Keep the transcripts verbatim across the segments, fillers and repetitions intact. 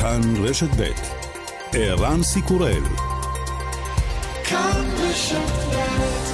כאן רשת ב' ערן סיקורל. כאן רשת ב'.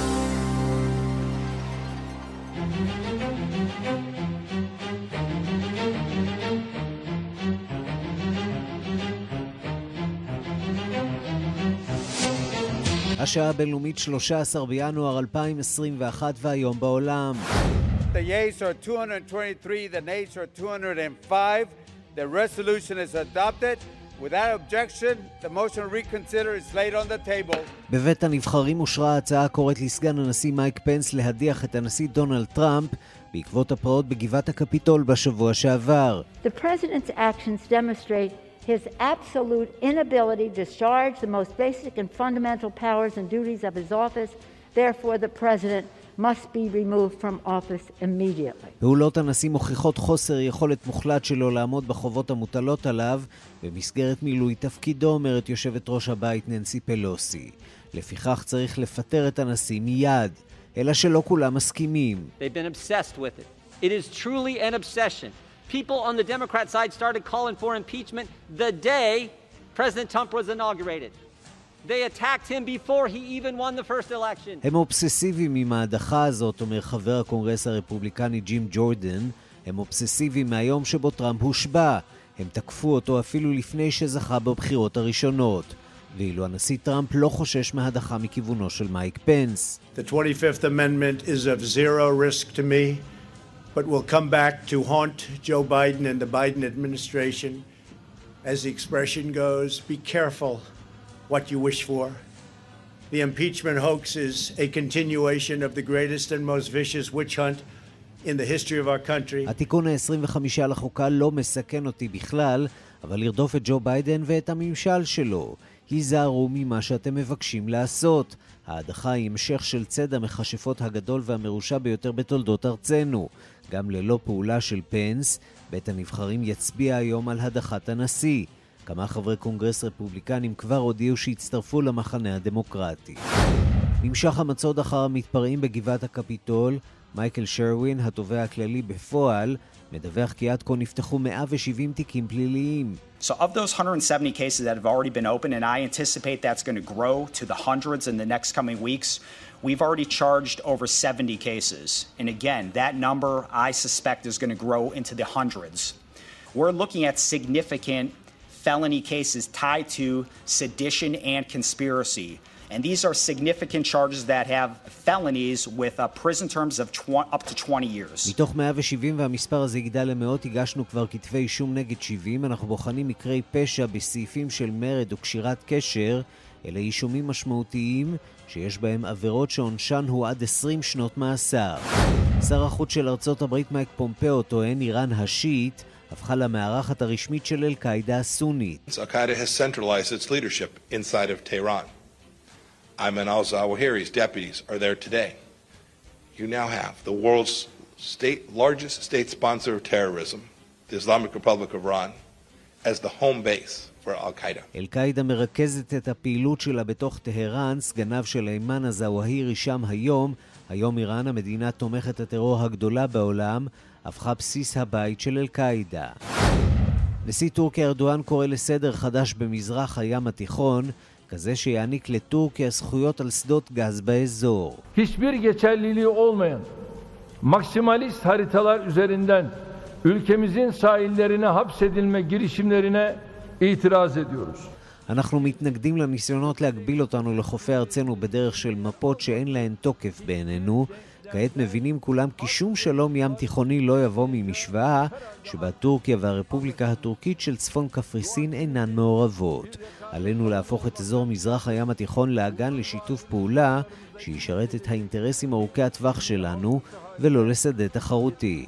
השעה הבינלאומית שלושה עשר בינואר אלפיים עשרים ואחת והיום בעולם. The yeas are two hundred twenty-three, the nays are two hundred five. The resolution is adopted. Without objection, the motion to reconsider is laid on the table. בבית הנבחרים אושרה ההצעה הקוראת לסגן הנשיא מייק פנס להדיח את הנשיא דונלד טראמפ בעקבות הפרעות בגבעת הקפיטול בשבוע שעבר. The president's actions demonstrate his absolute inability to discharge the most basic and fundamental powers and duties of his office. Therefore, the president must be removed from office immediately. פעולות הנשיא מוכיחות חוסר יכולת מוחלט שלו לעמוד בחובות המוטלות עליו במסגרת מילוי תפקידו, אומרת יושבת ראש הבית ננסי פלוסי. לפיכך צריך לפטר את הנשיא מיד, אלא שלא כולם מסכימים. They've been obsessed with it. It is truly an obsession. People on the Democrat side started calling for impeachment the day President Trump was inaugurated. They attacked him before he even won the first election. הם אובססיביים עם ההדחה הזאת, אומר חבר הקונגרס הרפובליקני ג'ים ג'ורדן. הם אובססיביים מהיום שבו טראמפ הושבע. הם תקפו אותו אפילו לפני שזכה בבחירות הראשונות. ואילו הנשיא טראמפ לא חושש מהדחה מכיוונו של מייק פנס. The twenty-fifth Amendment is of zero risk to me, but will come back to haunt Joe Biden and the Biden administration. As the expression goes, be careful what you wish for. The impeachment hoax is a continuation of the greatest and most vicious witch hunt in the history of our country. התיקון ה-עשרים וחמישה לחוקה לא מסכן אותי בכלל, אבל לרדוף את ג'ו ביידן ואת הממשל שלו. היזהרו ממה שאתם מבקשים לעשות. ההדחה היא המשך של צד המכשפות הגדול והמרושע ביותר בתולדות ארצנו. גם ללא פעולה של פנס, בית הנבחרים יצביע היום על הדחת הנשיא. כמה חברי קונגרס רפובליקנים כבר הודיעו שהצטרפו למחנה הדמוקרטי. נמשך המצוד אחר המתפרעים בגבעת הקפיטול. מייקל שרווין, התובע הכללי בפועל, מדווח כי עד כה נפתחו מאה ושבעים תיקים פליליים. So of those one hundred seventy cases that have already been opened, and I anticipate that's going to grow to the hundreds in the next coming weeks, we've already charged over seventy cases. And again, that number I suspect is going to grow into the hundreds. We're looking at significant felony cases tied to sedition and conspiracy. And these are significant charges that have felonies with uh, prison terms of tw- up to twenty years. מתוך מאה ושבעים והמספר הזה יגדל למאות, הגשנו כבר כתבי אישום נגד שבעים. אנחנו בוחנים מקרי פשע בסעיפים של מרד או קשירת קשר. אלה אישומים משמעותיים שיש בהם עבירות שעונשן הוא עד עשרים שנות מאסר. שר החוץ של ארצות הברית מייק פומפאו טוען איראן השיעית הפכה למארחת הרשמית של אל-קאעידה הסונית. Al-Qaeda has centralized its leadership inside of Tehran. Ayman al-Zawahiri's deputies are there today. You now have the world's state, largest state sponsor of terrorism, the Islamic Republic of Iran, as the home base for Al-Qaeda. אל-קאעידה מרכזת את הפעילות שלה בתוך טהרן. סגניו של איימן א-זוואהירי שם היום. היום איראן, המדינה תומכת הטרור הגדולה בעולם, הפכה בסיס הבית של אל-קאעידה. נשיא טורקיה ארדואן קורא לסדר חדש במזרח הים התיכון, כזה שיעניק לטורקיה זכויות על שדות גז באזור. Hiçbir geçerliliği olmayan maksimalist haritalar üzerinden ülkemizin sahillerine hapsedilme girişimlerine itiraz ediyoruz. אנחנו מתנגדים לניסיונות להגביל אותנו לחופי ארצנו בדרך של מפות שאין להן תוקף בעינינו. כעת מבינים כולם כי שום שלום ים תיכוני לא יבוא ממשוואה שבה טורקיה והרפובליקה הטורקית של צפון קפריסין אינן מעורבות. עלינו להפוך את אזור מזרח הים התיכון לאגן לשיתוף פעולה שישרת את האינטרסים ארוכי הטווח שלנו ולא לשדה תחרותי.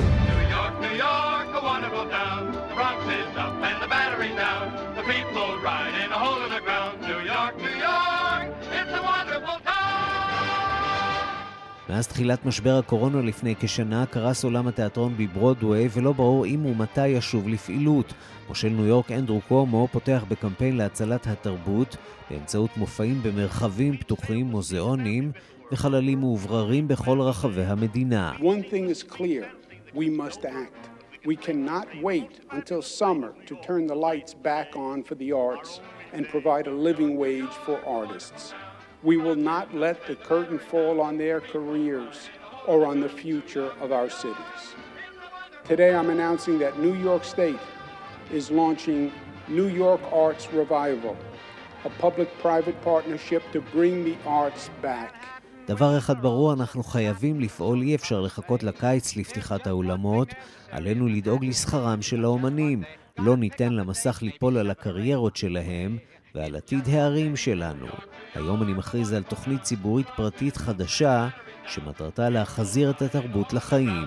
מאז תחילת משבר הקורונה לפני כשנה קרס עולם התיאטרון בברודווי ולא ברור אם ומתי ישוב לפעילות. מושל ניו יורק אנדרו קומו פותח בקמפיין להצלת התרבות באמצעות מופעים במרחבים פתוחים, מוזיאונים וחללים מאובררים בכל רחבי המדינה. One thing is clear, we must act. We cannot wait until summer to turn the lights back on for the arts and provide a living wage for artists. We will not let the curtain fall on their careers or on the future of our cities. Today I'm announcing that New York State is launching New York Arts Revival, a public-private partnership to bring the arts back. דבר אחד ברור, אנחנו חייבים לפעול, אי אפשר לחכות לקיץ לפתיחת האולמות, עלינו לדאוג לשכרם של האומנים. לא ניתן למסך ליפול על הקריירות שלהם ועל עתיד הערים שלנו. היום אני מכריז על תוכנית ציבורית פרטית חדשה, שמטרתה להחזיר את התרבות לחיים.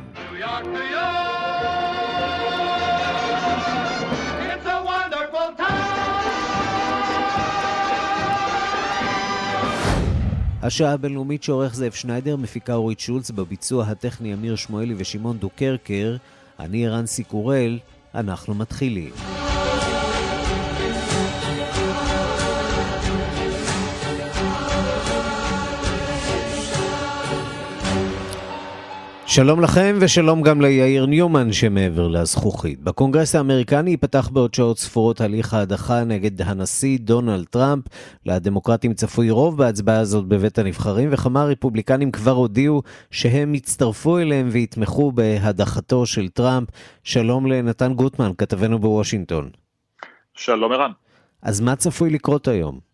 השעה הבינלאומית שעורך זאב שניידר, מפיקה אורית שולץ, בביצוע הטכני אמיר שמואלי ושמעון דוקרקר. אני ערן סיקורל, אנחנו מתחילים. שלום לכם ושלום גם ליאיר ניומן שמעבר לזכוכית. בקונגרס האמריקני ייפתח בעוד שעות ספורות הליך ההדחה נגד הנשיא דונלד טראמפ. לדמוקרטים צפוי רוב בהצבעה הזאת בבית הנבחרים, וכמה רפובליקנים כבר הודיעו שהם יצטרפו אליהם ויתמכו בהדחתו של טראמפ. שלום לנתן גוטמן, כתבנו בוושינגטון. שלום ערן. אז מה צפוי לקרות היום?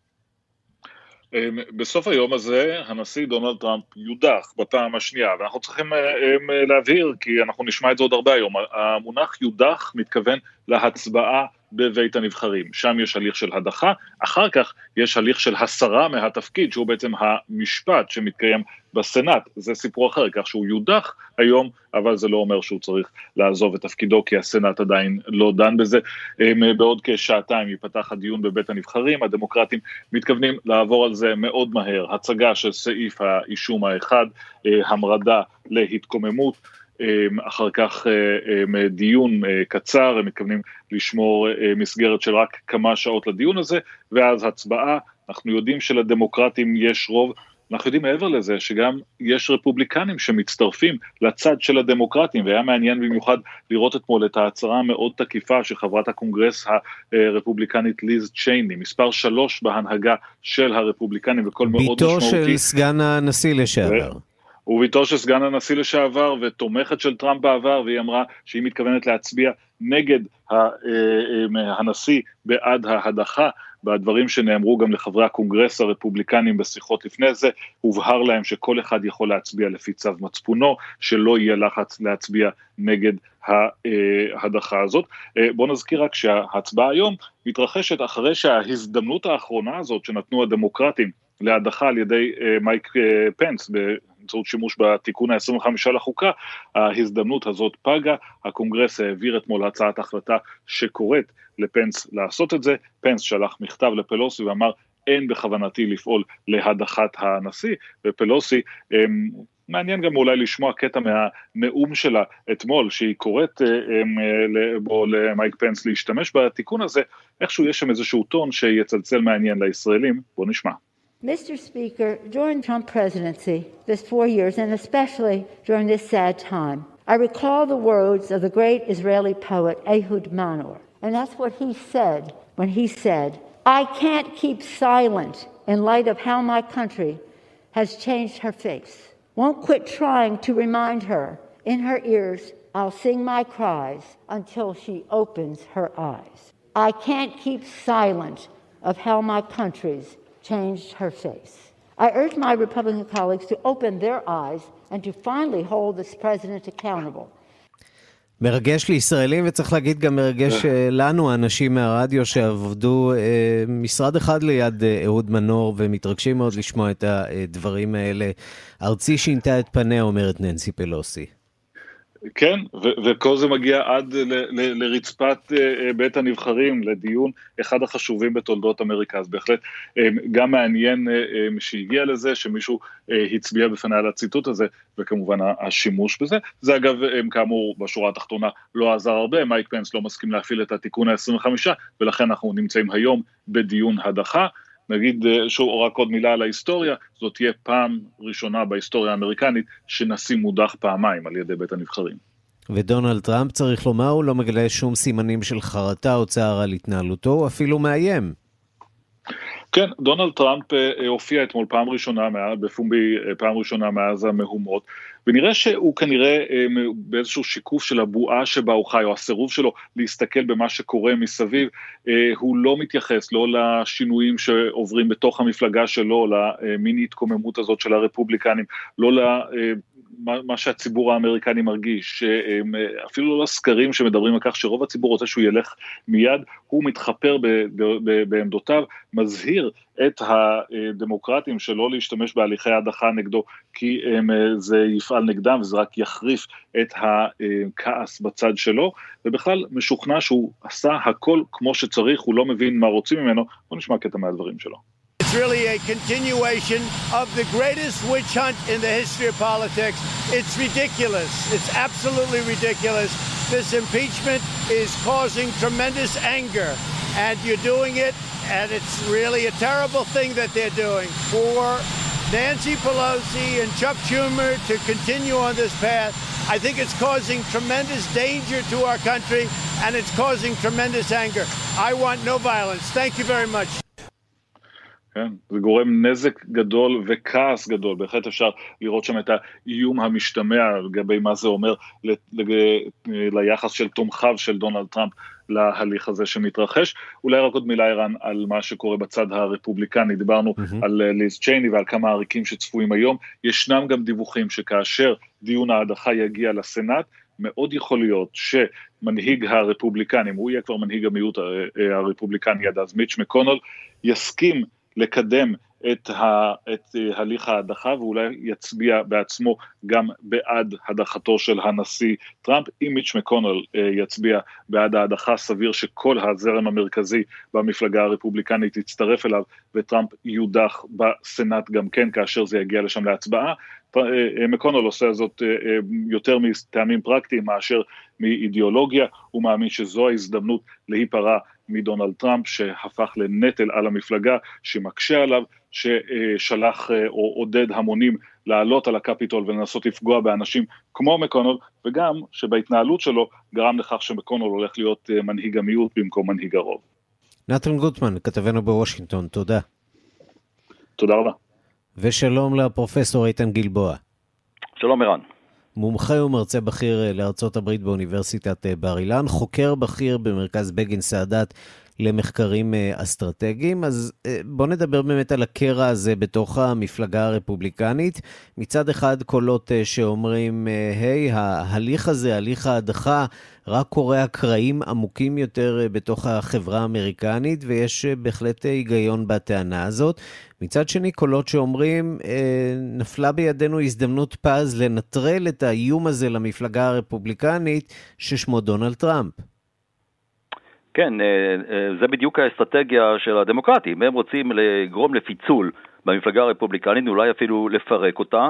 בסוף היום הזה הנשיא דונלד טראמפ יודח בפעם השנייה, ואנחנו צריכים להבהיר, כי אנחנו נשמע את זה עוד הרבה היום. המונח יודח מתכוון להצבעה בבית הנבחרים. שם יש הליך של הדחה, אחר כך יש הליך של הסרה מהתפקיד, שהוא בעצם המשפט שמתקיים בסנאט. זה סיפור אחר, כך שהוא יודח היום, אבל זה לא אומר שהוא צריך לעזוב את תפקידו, כי הסנאט עדיין לא דן בזה. בעוד כשעתיים ייפתח הדיון בבית הנבחרים, הדמוקרטים מתכוונים לעבור על זה מאוד מהר. הצגה של סעיף האישום האחד, המרדה להתקוממות, אחר כך דיון קצר, הם מתכוונים לשמור מסגרת של רק כמה שעות לדיון הזה, ואז הצבעה. אנחנו יודעים שלדמוקרטים יש רוב, אנחנו יודעים מעבר לזה שגם יש רפובליקנים שמצטרפים לצד של הדמוקרטים, והיה מעניין במיוחד לראות אתמול את ההצהרה המאוד תקיפה של חברת הקונגרס הרפובליקנית ליז צ'ייני, מספר שלוש בהנהגה של הרפובליקנים, וכל מאוד משמעותי. ביתו של סגן הנשיא לשעבר. וביתו של סגן הנשיא לשעבר ותומכת של טראמפ בעבר, והיא אמרה שהיא מתכוונת להצביע נגד הנשיא בעד ההדחה. בדברים שנאמרו גם לחברי הקונגרס הרפובליקנים בשיחות לפני זה, הובהר להם שכל אחד יכול להצביע לפי צו מצפונו, שלא יהיה לחץ להצביע נגד ההדחה הזאת. בוא נזכיר רק שההצבעה היום מתרחשת אחרי שההזדמנות האחרונה הזאת שנתנו הדמוקרטים להדחה על ידי מייק פנס באמצעות שימוש בתיקון ה-עשרים וחמש לחוקה, ההזדמנות הזאת פגה. הקונגרס העביר אתמול הצעת החלטה שקוראת לפנס לעשות את זה. פנס שלח מכתב לפלוסי ואמר, אין בכוונתי לפעול להדחת הנשיא, ופלוסי, מעניין גם אולי לשמוע קטע מהנאום שלה אתמול, שהיא קוראת בו למייק פנס להשתמש בתיקון הזה, איכשהו יש שם איזשהו טון שיצלצל מעניין לישראלים. בוא נשמע. Mister Speaker, during Trump presidency, this four years, and especially during this sad time, I recall the words of the great Israeli poet Ehud Manor. And that's what he said when he said, I can't keep silent in light of how my country has changed her face. Won't quit trying to remind her. In her ears, I'll sing my cries until she opens her eyes. I can't keep silent of how my country's changed her face. I urge my Republican colleagues to open their eyes and to finally hold this president accountable. מרגש לישראלים, וצריך להגיד גם מרגש לנו, האנשים מהרדיו שעבדו משרד אחד ליד אהוד מנור, ומתרגשים מאוד לשמוע את הדברים האלה. ארצי שינתה את פניה, אומרת ננסי פלוסי. כן, ו- וכל זה מגיע עד ל- ל- לרצפת uh, בית הנבחרים, לדיון אחד החשובים בתולדות אמריקה. אז בהחלט um, גם מעניין um, שהגיע לזה, שמישהו uh, הצביע בפני על הציטוט הזה, וכמובן השימוש בזה. זה אגב, um, כאמור, בשורה התחתונה לא עזר הרבה, מייק פנס לא מסכים להפעיל את התיקון ה-עשרים וחמש, ולכן אנחנו נמצאים היום בדיון הדחה. נגיד שוב רק עוד מילה על ההיסטוריה, זאת תהיה פעם ראשונה בהיסטוריה האמריקנית שנשיא מודח פעמיים על ידי בית הנבחרים. ודונלד טראמפ, צריך לומר, הוא לא מגלה שום סימנים של חרטה או צער על התנהלותו, הוא אפילו מאיים. כן, דונלד טראמפ הופיע אתמול פעם ראשונה, בפומבי פעם ראשונה מאז המהומות, ונראה שהוא כנראה באיזשהו שיקוף של הבועה שבה הוא חי, או הסירוב שלו להסתכל במה שקורה מסביב, הוא לא מתייחס לא לשינויים שעוברים בתוך המפלגה שלו, למיני התקוממות הזאת של הרפובליקנים, לא ל... מה שהציבור האמריקני מרגיש, אפילו לא סקרים שמדברים על כך שרוב הציבור רוצה שהוא ילך מיד, הוא מתחפר בעמדותיו, מזהיר את הדמוקרטים שלא להשתמש בהליכי הדחה נגדו, כי זה יפעל נגדם וזה רק יחריף את הכעס בצד שלו, ובכלל משוכנע שהוא עשה הכל כמו שצריך, הוא לא מבין מה רוצים ממנו. בוא נשמע קטע מהדברים שלו. It's really a continuation of the greatest witch hunt in the history of politics. It's ridiculous. It's absolutely ridiculous. This impeachment is causing tremendous anger, and you're doing it, and it's really a terrible thing that they're doing. For Nancy Pelosi and Chuck Schumer to continue on this path, I think it's causing tremendous danger to our country, and it's causing tremendous anger. I want no violence. Thank you very much. כן, זה גורם נזק גדול וכעס גדול, בהחלט אפשר לראות שם את האיום המשתמע לגבי מה זה אומר לג... ליחס של תומכיו של דונלד טראמפ להליך הזה שמתרחש. אולי רק עוד מילה ערן על מה שקורה בצד הרפובליקני, דיברנו mm-hmm. על ליז צ'ייני ועל כמה עריקים שצפויים היום, ישנם גם דיווחים שכאשר דיון ההדחה יגיע לסנאט, מאוד יכול להיות שמנהיג הרפובליקנים, הוא יהיה כבר מנהיג המיעוט הרפובליקני עד אז, מיץ' מקונל, יסכים לקדם את, ה, את הליך ההדחה, ואולי יצביע בעצמו גם בעד הדחתו של הנשיא טראמפ. אם מיץ' מקונל יצביע בעד ההדחה, סביר שכל הזרם המרכזי במפלגה הרפובליקנית יצטרף אליו, וטראמפ יודח בסנאט גם כן, כאשר זה יגיע לשם להצבעה. מקונל עושה זאת יותר מטעמים פרקטיים מאשר מאידיאולוגיה, הוא מאמין שזו ההזדמנות להיפרע מדונלד טראמפ, שהפך לנטל על המפלגה, שמקשה עליו, ששלח או עודד המונים לעלות על הקפיטול ולנסות לפגוע באנשים כמו מקונל, וגם שבהתנהלות שלו גרם לכך שמקונל הולך להיות מנהיג המיעוט במקום מנהיג הרוב. נתן גוטמן, כתבנו בוושינגטון, תודה. תודה רבה. ושלום לפרופסור איתן גלבוע. שלום ערן. מומחה ומרצה בכיר לארצות הברית באוניברסיטת בר אילן, חוקר בכיר במרכז בגין סאדאת למחקרים אסטרטגיים. אז בוא נדבר באמת על הקרע הזה בתוך המפלגה הרפובליקנית. מצד אחד קולות שאומרים, היי, ההליך הזה, הליך ההדחה, רק קורא קרעים עמוקים יותר בתוך החברה האמריקנית, ויש בהחלט היגיון בטענה הזאת. מצד שני קולות שאומרים, נפלה בידינו הזדמנות פז לנטרל את האיום הזה למפלגה הרפובליקנית ששמו דונלד טראמפ. כן, זה בדיוק האסטרטגיה של הדמוקרטים. הם רוצים לגרום לפיצול במפלגה הרפובליקנית, אולי אפילו לפרק אותה,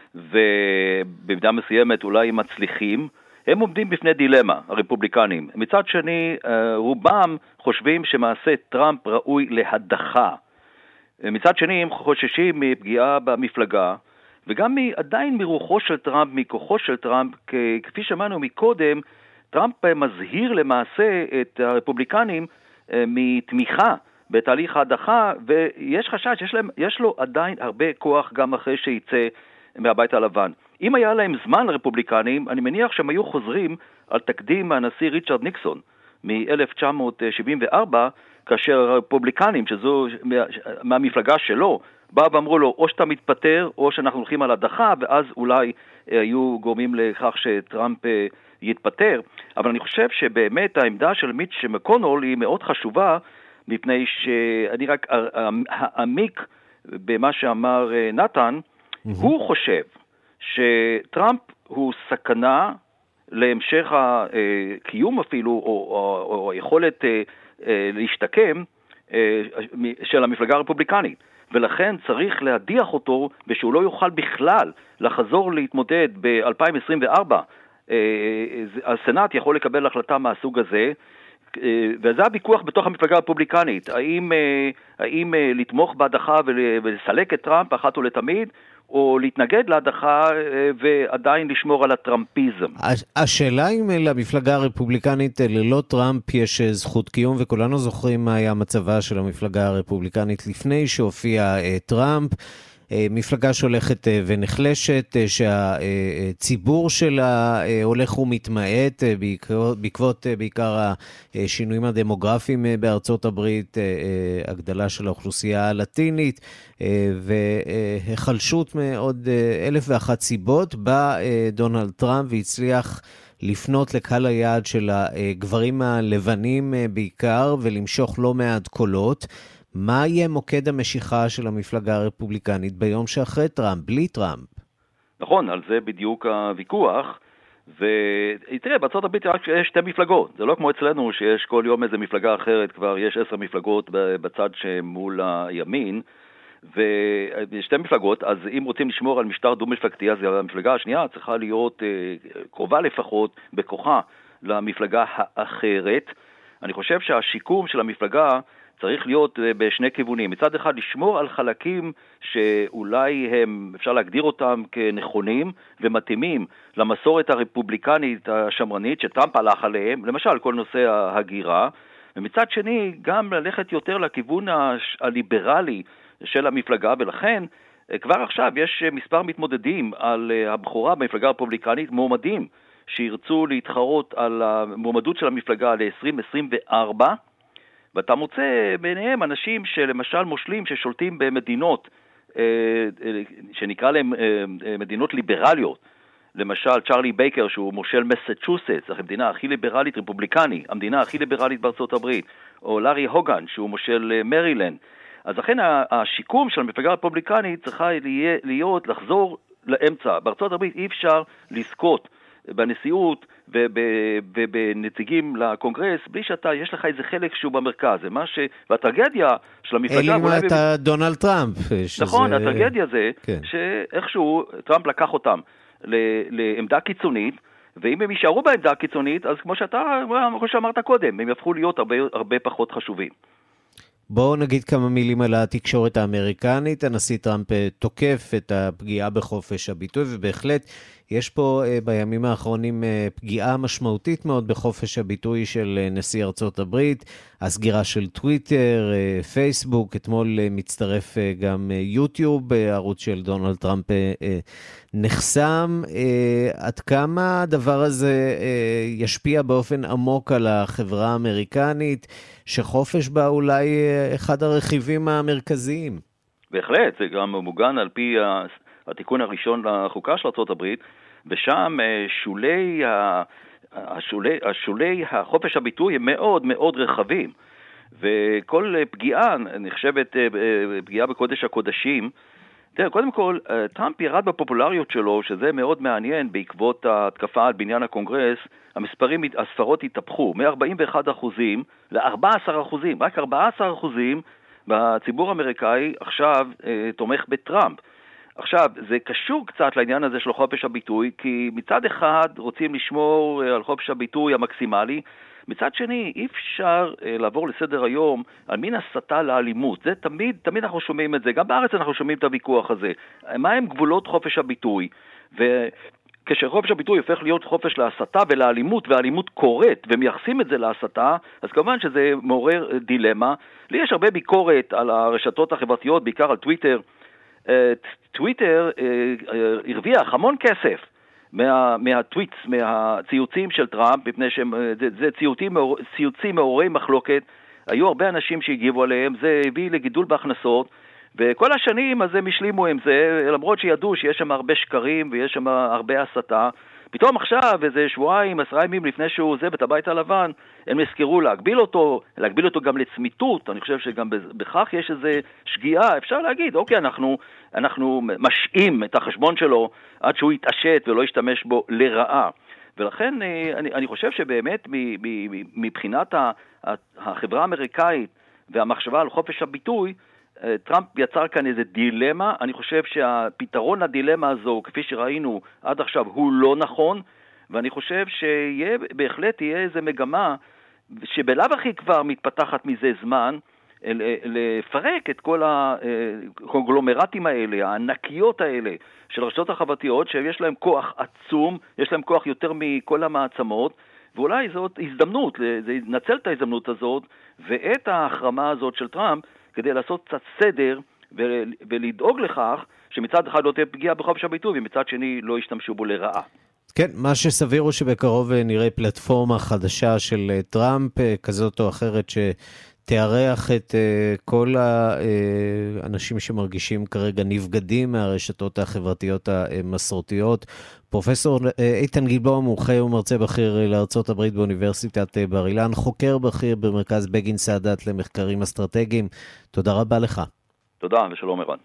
ובמידה מסוימת אולי הם מצליחים. הם עומדים בפני דילמה, הרפובליקנים. מצד שני, רובם חושבים שמעשה טראמפ ראוי להדחה. מצד שני, הם חוששים מפגיעה במפלגה, וגם עדיין מרוחו של טראמפ, מכוחו של טראמפ, כפי שמענו מקודם, טראמפ מזהיר למעשה את הרפובליקנים מתמיכה בתהליך ההדחה, ויש חשש, יש, להם, יש לו עדיין הרבה כוח גם אחרי שיצא מהבית הלבן. אם היה להם זמן לרפובליקנים, אני מניח שהם היו חוזרים על תקדים הנשיא ריצ'רד ניקסון מ-אלף תשע מאות שבעים וארבע, כאשר הרפובליקנים, שזו מהמפלגה שלו, באו ואמרו לו, או שאתה מתפטר, או שאנחנו הולכים על הדחה, ואז אולי היו גורמים לכך שטראמפ יתפטר. אבל אני חושב שבאמת העמדה של מיץ' מקונל היא מאוד חשובה, מפני שאני רק אעמיק במה שאמר נתן, mm-hmm. הוא חושב שטראמפ הוא סכנה להמשך הקיום אפילו, או, או, או היכולת להשתקם של המפלגה הרפובליקנית. ולכן צריך להדיח אותו, ושהוא לא יוכל בכלל לחזור להתמודד ב-אלפיים עשרים וארבע. הסנאט יכול לקבל החלטה מהסוג הזה, וזה הוויכוח בתוך המפלגה הרפובליקנית. האם, האם לתמוך בהדחה ולסלק את טראמפ אחת ולתמיד, או להתנגד להדחה ועדיין לשמור על הטראמפיזם. השאלה אם למפלגה הרפובליקנית ללא טראמפ יש זכות קיום, וכולנו זוכרים מה היה מצבה של המפלגה הרפובליקנית לפני שהופיע טראמפ. מפלגה שהולכת ונחלשת, שהציבור שלה הולך ומתמעט בעקבות בעיקר השינויים הדמוגרפיים בארצות הברית, הגדלה של האוכלוסייה הלטינית והחלשות מעוד אלף ואחת סיבות. בא דונלד טראמפ והצליח לפנות לקהל היעד של הגברים הלבנים בעיקר ולמשוך לא מעט קולות. מה יהיה מוקד המשיכה של המפלגה הרפובליקנית ביום שאחרי טראמפ, בלי טראמפ? נכון, על זה בדיוק הוויכוח. ותראה, בארצות הברית יש שתי מפלגות. זה לא כמו אצלנו שיש כל יום איזה מפלגה אחרת, כבר יש עשר מפלגות בצד שמול הימין, ושתי מפלגות. אז אם רוצים לשמור על משטר דו-מפלגתי, אז המפלגה השנייה צריכה להיות קרובה לפחות בכוחה למפלגה האחרת. אני חושב שהשיקום של המפלגה צריך להיות בשני כיוונים. מצד אחד, לשמור על חלקים שאולי הם, אפשר להגדיר אותם כנכונים ומתאימים למסורת הרפובליקנית השמרנית שטראמפ הלך עליהם, למשל כל נושא ההגירה, ומצד שני גם ללכת יותר לכיוון הליברלי של המפלגה, ולכן כבר עכשיו יש מספר מתמודדים על הבחורה במפלגה הרפובליקנית, מועמדים שירצו להתחרות על המועמדות של המפלגה ל-עשרים עשרים וארבע, ואתה מוצא ביניהם אנשים שלמשל מושלים ששולטים במדינות שנקרא להם מדינות ליברליות. למשל צ'רלי בייקר שהוא מושל מסצ'וסטס, המדינה הכי ליברלית רפובליקני, המדינה הכי ליברלית בארצות הברית, או לארי הוגן שהוא מושל מרילנד. אז לכן השיקום של המפלגה הרפובליקנית צריכה להיות לחזור לאמצע. בארצות הברית אי אפשר לזכות בנשיאות ובנציגים לקונגרס, בלי שאתה, יש לך איזה חלק שהוא במרכז. זה מה ש... והטרגדיה של המפלגה... אלה את דונלד טראמפ. נכון, הטרגדיה זה שאיכשהו טראמפ לקח אותם לעמדה קיצונית, ואם הם יישארו בעמדה הקיצונית, אז כמו שאתה, כמו שאמרת קודם, הם יהפכו להיות הרבה, הרבה פחות חשובים. בואו נגיד כמה מילים על התקשורת האמריקנית. הנשיא טראמפ תוקף את הפגיעה בחופש הביטוי, ובהחלט יש פה בימים האחרונים פגיעה משמעותית מאוד בחופש הביטוי של נשיא ארצות הברית, הסגירה של טוויטר, פייסבוק, אתמול מצטרף גם יוטיוב, ערוץ של דונלד טראמפ נחסם. עד כמה הדבר הזה ישפיע באופן עמוק על החברה האמריקנית, שחופש בה אולי אחד הרכיבים המרכזיים? בהחלט, זה גם מוגן על פי התיקון הראשון לחוקה של ארצות הברית, ושם שולי, השולי, השולי החופש הביטוי הם מאוד מאוד רחבים, וכל פגיעה נחשבת פגיעה בקודש הקודשים. תראה, קודם כל, טראמפ ירד בפופולריות שלו, שזה מאוד מעניין, בעקבות ההתקפה על בניין הקונגרס, המספרים, הספרות התהפכו, מ-ארבעים ואחד אחוזים ל-ארבעה עשר אחוזים, רק ארבעה עשר אחוזים בציבור האמריקאי עכשיו תומך בטראמפ. עכשיו, זה קשור קצת לעניין הזה של חופש הביטוי, כי מצד אחד רוצים לשמור על חופש הביטוי המקסימלי, מצד שני אי אפשר לעבור לסדר היום על מין הסתה לאלימות. זה תמיד, תמיד אנחנו שומעים את זה, גם בארץ אנחנו שומעים את הוויכוח הזה. מה הם גבולות חופש הביטוי? וכשחופש הביטוי הופך להיות חופש להסתה ולאלימות, והאלימות קורית, ומייחסים את זה להסתה, אז כמובן שזה מעורר דילמה. לי יש הרבה ביקורת על הרשתות החברתיות, בעיקר על טוויטר. טוויטר הרוויח המון כסף מה, מהטוויטס, מהציוצים של טראמפ, מפני שהם, זה, זה ציוצים, ציוצים מעוררי מחלוקת, היו הרבה אנשים שהגיבו עליהם, זה הביא לגידול בהכנסות, וכל השנים אז הם השלימו עם זה, למרות שידעו שיש שם הרבה שקרים ויש שם הרבה הסתה. פתאום עכשיו, איזה שבועיים, עשרה ימים לפני שהוא עוזב את הבית הלבן, הם נזכרו להגביל אותו, להגביל אותו גם לצמיתות. אני חושב שגם בכך יש איזה שגיאה. אפשר להגיד, אוקיי, אנחנו, אנחנו משאים את החשבון שלו עד שהוא יתעשת ולא ישתמש בו לרעה. ולכן אני, אני חושב שבאמת מבחינת החברה האמריקאית והמחשבה על חופש הביטוי, טראמפ יצר כאן איזה דילמה. אני חושב שהפתרון לדילמה הזו, כפי שראינו עד עכשיו, הוא לא נכון, ואני חושב שבהחלט תהיה איזה מגמה שבלאו הכי כבר מתפתחת מזה זמן, לפרק את כל הקונגלומרטים האלה, הענקיות האלה של הרשתות החברתיות, שיש להם כוח עצום, יש להם כוח יותר מכל המעצמות, ואולי זאת הזדמנות, זה ינצל את ההזדמנות הזאת ואת ההחרמה הזאת של טראמפ כדי לעשות קצת סדר ולדאוג לכך שמצד אחד לא תהיה פגיעה בחופש הביטוי ומצד שני לא ישתמשו בו לרעה. כן, מה שסביר הוא שבקרוב נראה פלטפורמה חדשה של טראמפ, כזאת או אחרת שתארח את כל האנשים שמרגישים כרגע נבגדים מהרשתות החברתיות המסורתיות. פרופסור איתן גלבוע, מומחה ומרצה בכיר לארצות הברית באוניברסיטת בר אילן, חוקר בכיר במרכז בגין סאדאת למחקרים אסטרטגיים. תודה רבה לך. תודה ושלום ערן.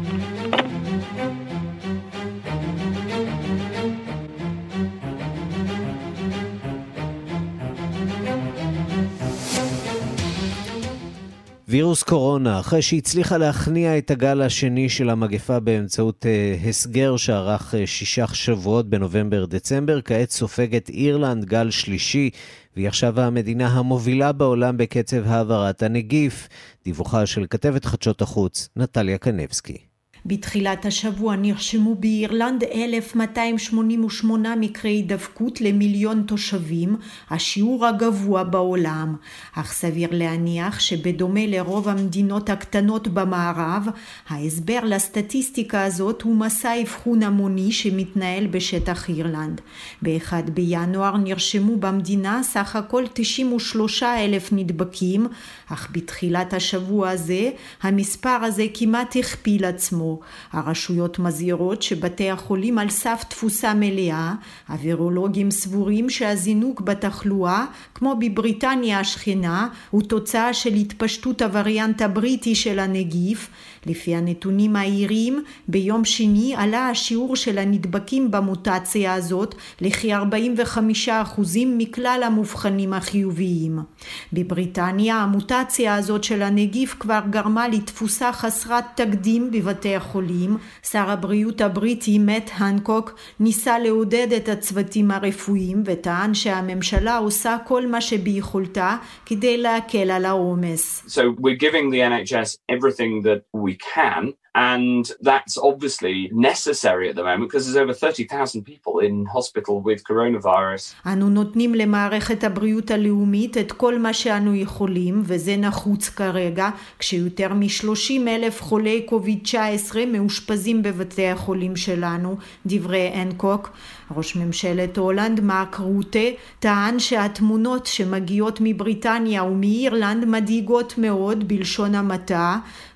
וירוס קורונה, אחרי שהצליחה להכניע את הגל השני של המגפה באמצעות uh, הסגר שערך uh, שישה שבועות בנובמבר-דצמבר, כעת סופגת אירלנד גל שלישי, והיא עכשיו המדינה המובילה בעולם בקצב העברת הנגיף. דיווחה של כתבת חדשות החוץ, נטליה קנבסקי. בתחילת השבוע נרשמו באירלנד אלף מאתיים שמונים ושמונה מקרי דבקות למיליון תושבים, השיעור הגבוה בעולם. אך סביר להניח שבדומה לרוב המדינות הקטנות במערב, ההסבר לסטטיסטיקה הזאת הוא מסע אבחון המוני שמתנהל בשטח אירלנד. ב-אחד בינואר נרשמו במדינה סך הכל תשעים ושלושה אלף נדבקים, אך בתחילת השבוע הזה המספר הזה כמעט הכפיל עצמו. הרשויות מזהירות שבתי החולים על סף תפוסה מלאה, הווירולוגים סבורים שהזינוק בתחלואה, כמו בבריטניה השכנה, הוא תוצאה של התפשטות הווריאנט הבריטי של הנגיף. לפי הנתונים העיריים, ביום שני עלה השיעור של הנדבקים במוטציה הזאת לכ-ארבעים וחמישה אחוז מכלל המובחנים החיוביים. בבריטניה המוטציה הזאת של הנגיף כבר גרמה לתפוסה חסרת תקדים בבתי החולים. שר הבריאות הבריטי מאט הנקוק ניסה לעודד את הצוותים הרפואיים וטען שהממשלה עושה כל מה שביכולתה כדי להקל על העומס. So we're giving the N H S everything that we can, and that's obviously necessary at the moment because there's over thirty thousand people in hospital with coronavirus. אנו נותנים למערכת הבריאות הלאומית את כל מה שאנו יכולים, וזה נחוץ כרגע, כשיותר מ-שלושים אלף חולי קוביד תשע עשרה מאושפזים בבתי החולים שלנו, דברי הנקוק. ראש ממשלת הולנד מארק רוטה טען שהתמונות שמגיעות מבריטניה ומאירלנד מדאיגות מאוד בלשון המעטה,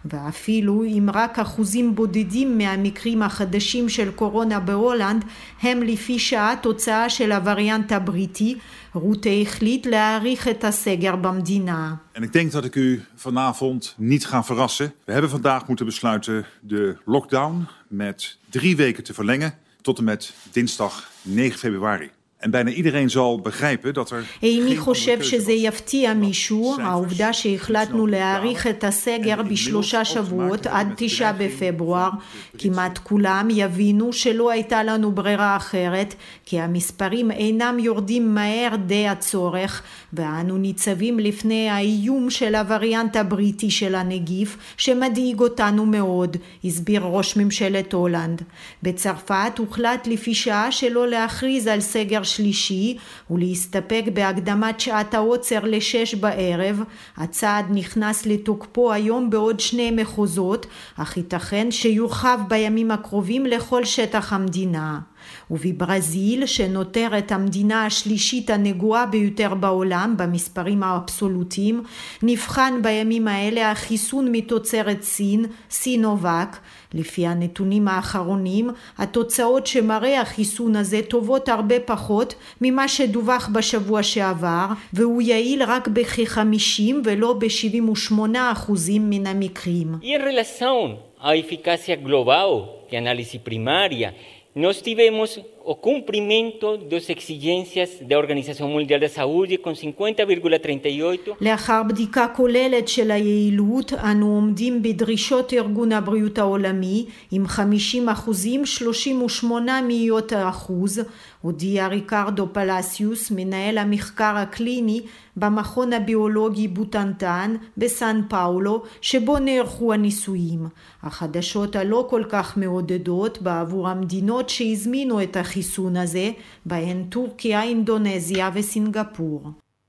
ואפילו אם רק אחוזים בודדים מהמקרים החדשים של קורונה בהולנד הם לפי שעה תוצאה של הווריאנט הבריטי, רוטה החליט להאריך את הסגר במדינה. En ik denk dat ik u vanavond niet ga verrassen. We hebben vandaag moeten besluiten de lockdown met drie weken te verlengen tot en met dinsdag negen februari. En bijna iedereen zal begrijpen dat er... איני חושב שזה יפתיע מישהו, העובדה שהחלטנו להאריך את הסגר בשלושה שבועות עד תשעה בפברואר. כמעט כולם יבינו שלא הייתה לנו ברירה אחרת, כי המספרים אינם יורדים מהר די הצורך, ואנו ניצבים לפני האיום של הווריאנט הבריטי של הנגיף, שמדאיג אותנו מאוד, הסביר ראש ממשלת הולנד. בצרפת הוחלט לפי שעה שלא להכריז על סגר שלישי ולהסתפק בהקדמת שעת העוצר לשש בערב. הצעד נכנס לתוקפו היום בעוד שני מחוזות, אך ייתכן שיורחב בימים הקרובים לכל שטח המדינה. ובברזיל, שנותרת המדינה השלישית הנגועה ביותר בעולם במספרים האבסולוטיים, נבחן בימים האלה החיסון מתוצרת סין, סינובק. לפי הנתונים האחרונים, התוצאות שמראה החיסון הזה טובות הרבה פחות ממה שדווח בשבוע שעבר, והוא יעיל רק בכ-חמישים ולא ב-שבעים ושמונה אחוזים מן המקרים. Y en relación a eficacia global de análisis primaria, nós tivemos o cumprimento das exigências da Organização Mundial da Saúde com cinquenta vírgula trinta e oito. לאחר בדיקה כוללת של היעילות, אנו עומדים בדרישות ארגון הבריאות העולמי עם חמישים אחוזים שלושים ושמונה מאיות האחוז, הודיע ריקרדו פלסיוס, מנהל המחקר הקליני במכון הביולוגי בוטנטן בסן פאולו, שבו נערכו הניסויים. החדשות הלא כל כך מעודדות בעבור המדינות שהזמינו את החיסון הזה, בהן טורקיה, אינדונזיה וסינגפור.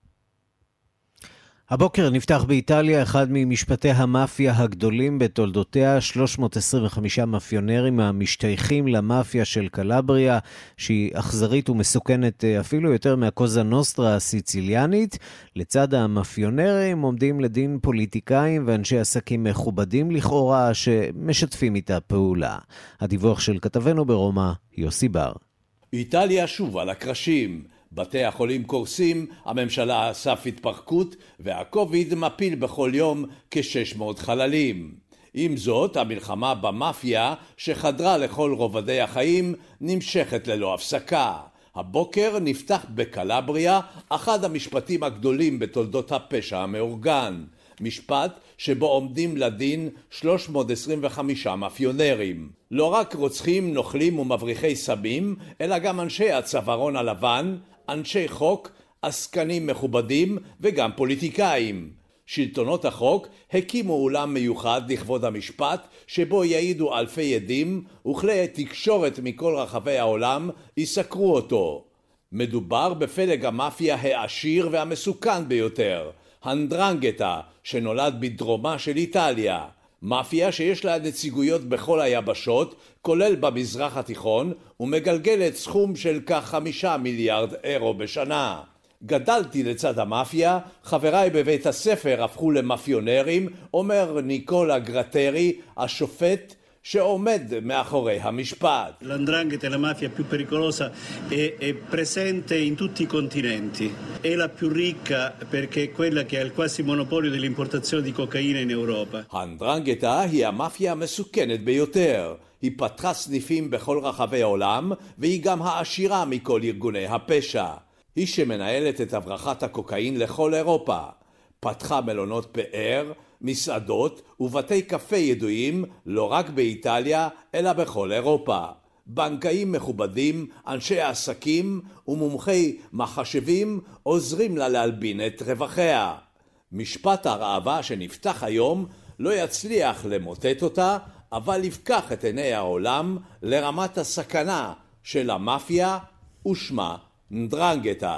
הבוקר נפתח באיטליה אחד ממשפטי המאפיה הגדולים בתולדותיה, שלוש מאות עשרים וחמישה מאפיונרים המשתייכים למאפיה של קלבריה, שהיא אכזרית ומסוכנת אפילו יותר מהקוזה נוסטרה הסיציליאנית. לצד המאפיונרים עומדים לדין פוליטיקאים ואנשי עסקים מכובדים לכאורה שמשתפים איתה פעולה. הדיווח של כתבנו ברומא, יוסי בר. איטליה שוב על הקרשים. בתי החולים קורסים, הממשלה על סף התפרקות, והקוביד מפיל בכל יום כ-שש מאות חללים. עם זאת, המלחמה במאפיה, שחדרה לכל רובדי החיים, נמשכת ללא הפסקה. הבוקר נפתח בקלבריה אחד המשפטים הגדולים בתולדות הפשע המאורגן. משפט שבו עומדים לדין שלוש מאות עשרים וחמישה מאפיונרים. לא רק רוצחים, נוכלים ומבריחי סמים, אלא גם אנשי הצווארון הלבן, אנשי חוק, עסקנים מכובדים וגם פוליטיקאים. שלטונות החוק הקימו אולם מיוחד לכבוד המשפט שבו יעידו אלפי עדים וכלי תקשורת מכל רחבי העולם יסקרו אותו. מדובר בפלג המאפיה העשיר והמסוכן ביותר, הנדרנגטה, שנולד בדרומה של איטליה. מאפיה שיש לה נציגויות בכל היבשות, כולל במזרח התיכון, ומגלגלת סכום של כחמישה מיליארד אירו בשנה. גדלתי לצד המאפיה, חבריי בבית הספר הפכו למאפיונרים, אומר ניקולה גרטרי, השופט שעומד מאחורי המשפט. L'andrangheta è la mafia più pericolosa e è presente in tutti i continenti. È la più ricca perché è quella che ha il quasi monopolio dell'importazione di cocaina in Europa. האנדרנגטה היא המאפיה המסוכנת ביותר. היא פתחה סניפים בכל רחבי העולם, והיא גם העשירה מכל ארגוני הפשע. היא שמנהלת את הברחת הקוקאין לכל אירופה. פתחה מלונות פאר, מסעדות ובתי קפה ידועים לא רק באיטליה אלא בכל אירופה. בנקאים מכובדים, אנשי עסקים ומומחי מחשבים עוזרים לה להלבין את רווחיה. משפט הרעבה שנפתח היום לא יצליח למוטט אותה, אבל יפקח את עיני העולם לרמת הסכנה של המאפיה ושמה נדרנגטה.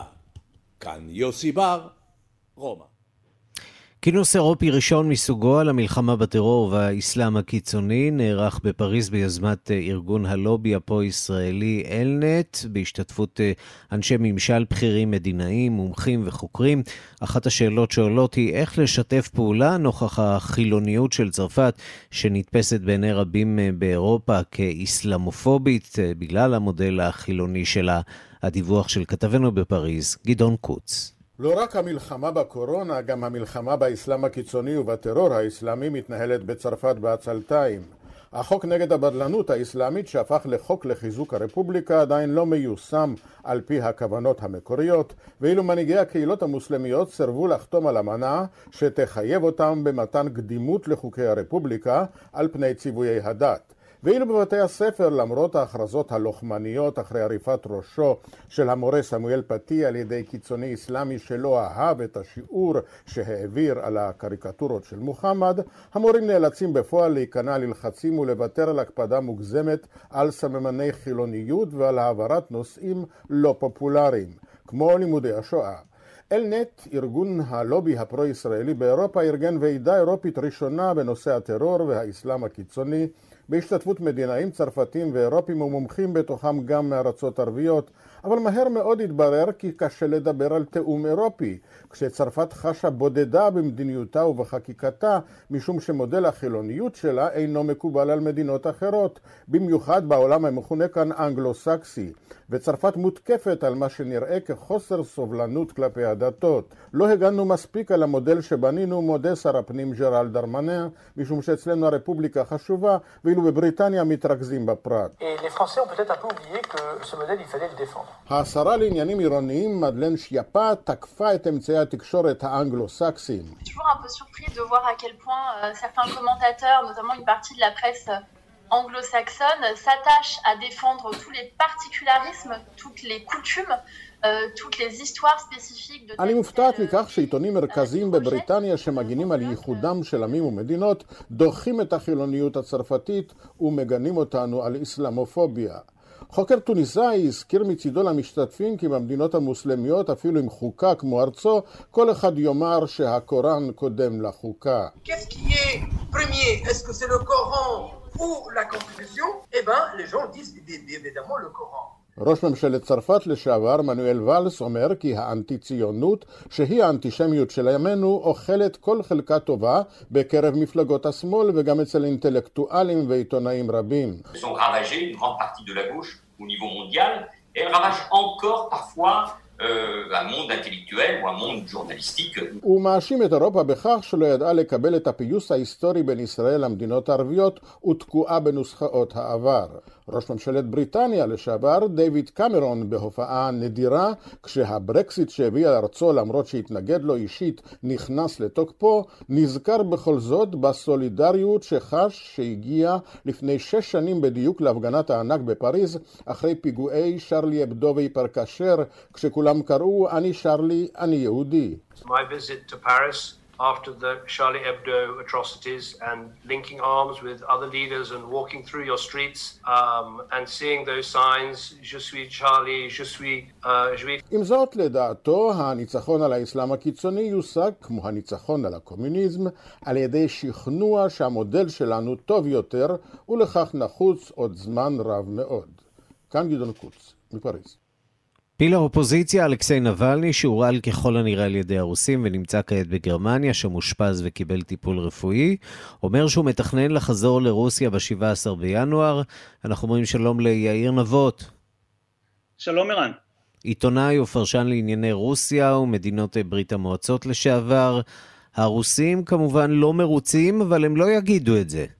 כאן יוסי בר, רומא. כינוס אירופי ראשון מסוגו על המלחמה בטרור והאסלאם הקיצוני נערך בפריז ביוזמת ארגון הלובי הפרו-ישראלי אלנט, בהשתתפות אנשי ממשל בכירים מדינאים, מומחים וחוקרים. אחת השאלות שעולות היא איך לשתף פעולה נוכח החילוניות של צרפת, שנתפסת בעיני רבים באירופה כאסלאמופובית בגלל המודל החילוני שלה. הדיווח של כתבנו בפריז, גדעון קוץ. לא רק המלחמה בקורונה, גם המלחמה באסלאם הקיצוני ובטרור האסלאמי מתנהלת בצרפת בעצלתיים. החוק נגד הבדלנות האסלאמית שהפך לחוק לחיזוק הרפובליקה עדיין לא מיושם על פי הכוונות המקוריות, ואילו מנהיגי הקהילות המוסלמיות סרבו לחתום על אמנה שתחייב אותם במתן קדימות לחוקי הרפובליקה על פני ציוויי הדת. ואילו בבתי הספר, למרות ההכרזות הלוחמניות אחרי עריפת ראשו של המורה סמואל פתי על ידי קיצוני אסלאמי שלא אהב את השיעור שהעביר על הקריקטורות של מוחמד, המורים נאלצים בפועל להיכנע ללחצים ולוותר על הקפדה מוגזמת על סממני חילוניות ועל העברת נושאים לא פופולריים, כמו לימודי השואה. אלנט, ארגון הלובי הפרו-ישראלי באירופה, ארגן ועידה אירופית ראשונה בנושא הטרור והאסלאם הקיצוני, בהשתתפות מדינאים צרפתים ואירופים ומומחים בתוכם גם מארצות ערביות, אבל מהר מאוד התברר כי קשה לדבר על תאום אירופי, כשצרפת חשה בודדה במדיניותה ובחקיקתה, משום שמודל החילוניות שלה אינו מקובל על מדינות אחרות, במיוחד בעולם המכונה כאן אנגלו-סקסי, וצרפת מותקפת על מה שנראה כחוסר סובלנות כלפי הדתות. לא הגענו מספיק על המודל שבנינו, מודה שר הפנים ג'רלד דרמנן, משום שאצלנו הרפובליקה חשובה, ואילו בבריטניה מתרכזים בפרט. השרה לעניינים עירוניים מדלן שיאפה תקפה את אמצעי התקשורת האנגלו-סקסים. toujours un peu surpris de voir à quel point euh, certains commentateurs, notamment une partie de la presse anglo-saxonne, s'attachent à défendre tous les particularismes, toutes les coutumes, euh, toutes les histoires spécifiques de... אני מופתעת מכך שעיתונים מרכזיים בבריטניה שמגינים על ייחודם של עמים ומדינות דוחים את החילוניות הצרפתית ומגנים אותנו על איסלאמופוביה. חוקר טוניסאי הזכיר מצידו למשתתפים כי במדינות המוסלמיות, אפילו עם חוקה כמו ארצו, כל אחד יאמר שהקוראן קודם לחוקה. Qu'est-ce qui est premier? Est-ce que c'est le Coran ou la Constitution? Eh ben, les gens disent évidemment le Coran. ראש ממשלת צרפת לשעבר מנואל ואלס אומר כי האנטי-ציונות, שהיא האנטישמיות של ימינו, אוכלת כל חלקה טובה בקרב מפלגות השמאל וגם אצל אינטלקטואלים ועיתונאים רבים. Elles ont ravagé une grande partie de la gauche au niveau mondial et elles ravagent encore parfois euh, un monde intellectuel ou un monde journalistique. הוא מאשים את אירופה בכך שלא ידעה לקבל את הפיוס ההיסטורי בין ישראל למדינות הערביות ותקועה בנוסחאות העבר. ראש ממשלת בריטניה לשעבר דיוויד קמרון בהופעה נדירה, כשהברקסיט שהביא על ארצו למרות שהתנגד לו אישית נכנס לתוקפו, נזכר בכל זאת בסולידריות שחש שהגיע לפני שש שנים בדיוק להפגנת הענק בפריז אחרי פיגועי שרלי אבדו והיפרקשר, כשכולם קראו אני שרלי, אני יהודי. My visit to Paris after the Charlie Hebdo atrocities and linking arms with other leaders and walking through your streets um, and seeing those signs, Je suis Charlie, Je suis uh, juif. עם זאת, לדעתו, הניצחון על האסלאם הקיצוני יושג, כמו הניצחון על הקומוניזם, על ידי שכנוע שהמודל שלנו טוב יותר, ולכך נחוץ עוד זמן רב מאוד. כאן גדעון קוץ, מפריז. פעיל האופוזיציה אלכסיי נבלני שהורעל ככל הנראה על ידי הרוסים ונמצא כעת בגרמניה שמושפז וקיבל טיפול רפואי, אומר שהוא מתכנן לחזור לרוסיה ב-שבעה עשר בינואר. אנחנו אומרים שלום ליאיר נבות. שלום ערן. עיתונאי ופרשן לענייני רוסיה ומדינות ברית המועצות לשעבר. הרוסים כמובן לא מרוצים, אבל הם לא יגידו את זה.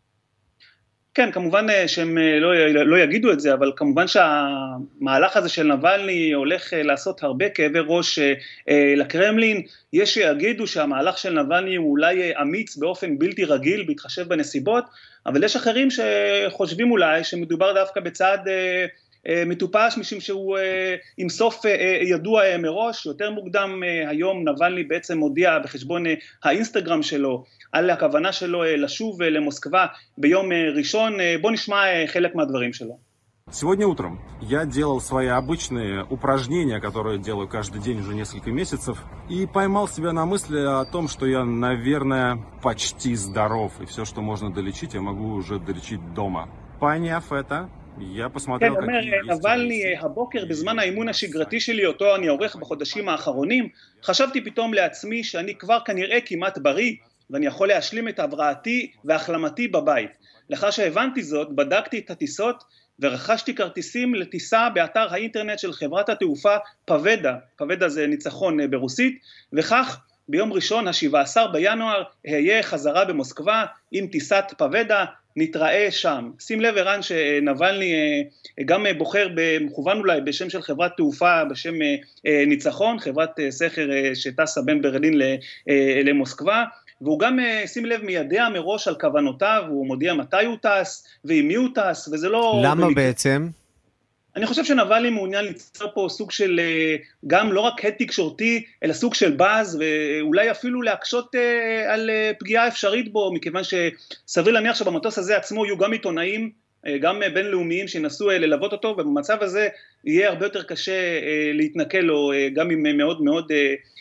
כן, כמובן שהם לא, לא יגידו את זה, אבל כמובן שהמהלך הזה של נבלני הולך לעשות הרבה כאבי ראש לקרמלין. יש שיגידו שהמהלך של נבלני הוא אולי אמיץ באופן בלתי רגיל, בהתחשב בנסיבות, אבל יש אחרים שחושבים אולי שמדובר דווקא בצעד מטופש, משום שהוא עם סוף ידוע מראש. יותר מוקדם היום נבלני בעצם הודיע בחשבון האינסטגרם שלו על הכוונה שלו לשוב למוסקבה ביום ראשון. בוא נשמע חלק מהדברים שלו. Сегодня утром я делал свои обычные упражнения, которые делаю каждый день уже несколько месяцев, и поймал себя на мысли о том, что я, наверное, почти здоров, и все, что можно долечить, я могу уже долечить дома. Поняв это, я посмотрел, כן, אומר, נבלני, הבוקר בזמן האימון השגרתי שלי, אותו אני עורך בחודשים האחרונים, חשבתי פתאום לעצמי שאני כבר כנראה כמעט בריא, ואני יכול להשלים את הבראתי והחלמתי בבית. לאחר שהבנתי זאת, בדקתי את הטיסות ורכשתי כרטיסים לטיסה באתר האינטרנט של חברת התעופה פוודה. פוודה זה ניצחון ברוסית, וכך ביום ראשון, ה-שבעה עשר בינואר, היה חזרה במוסקבה עם טיסת פוודה. נתראה שם. שים לב ערן שנבלני גם בוחר במכוון אולי בשם של חברת תעופה בשם ניצחון, חברת סחר שטסה בין ברלין למוסקבה, והוא גם, שים לב, מיידע מראש על כוונותיו, הוא מודיע מתי הוא טס ועם מי הוא טס, וזה לא... למה במק... בעצם? אני חושב שנבלני מעוניין ליצור פה סוג של, גם לא רק הד תקשורתי, אלא סוג של באז, ואולי אפילו להקשות על פגיעה אפשרית בו, מכיוון שסביר להניח שבמטוס הזה עצמו יהיו גם עיתונאים, גם בינלאומיים שינסו ללוות אותו, ובמצב הזה יהיה הרבה יותר קשה להתנכל לו, גם אם מאוד מאוד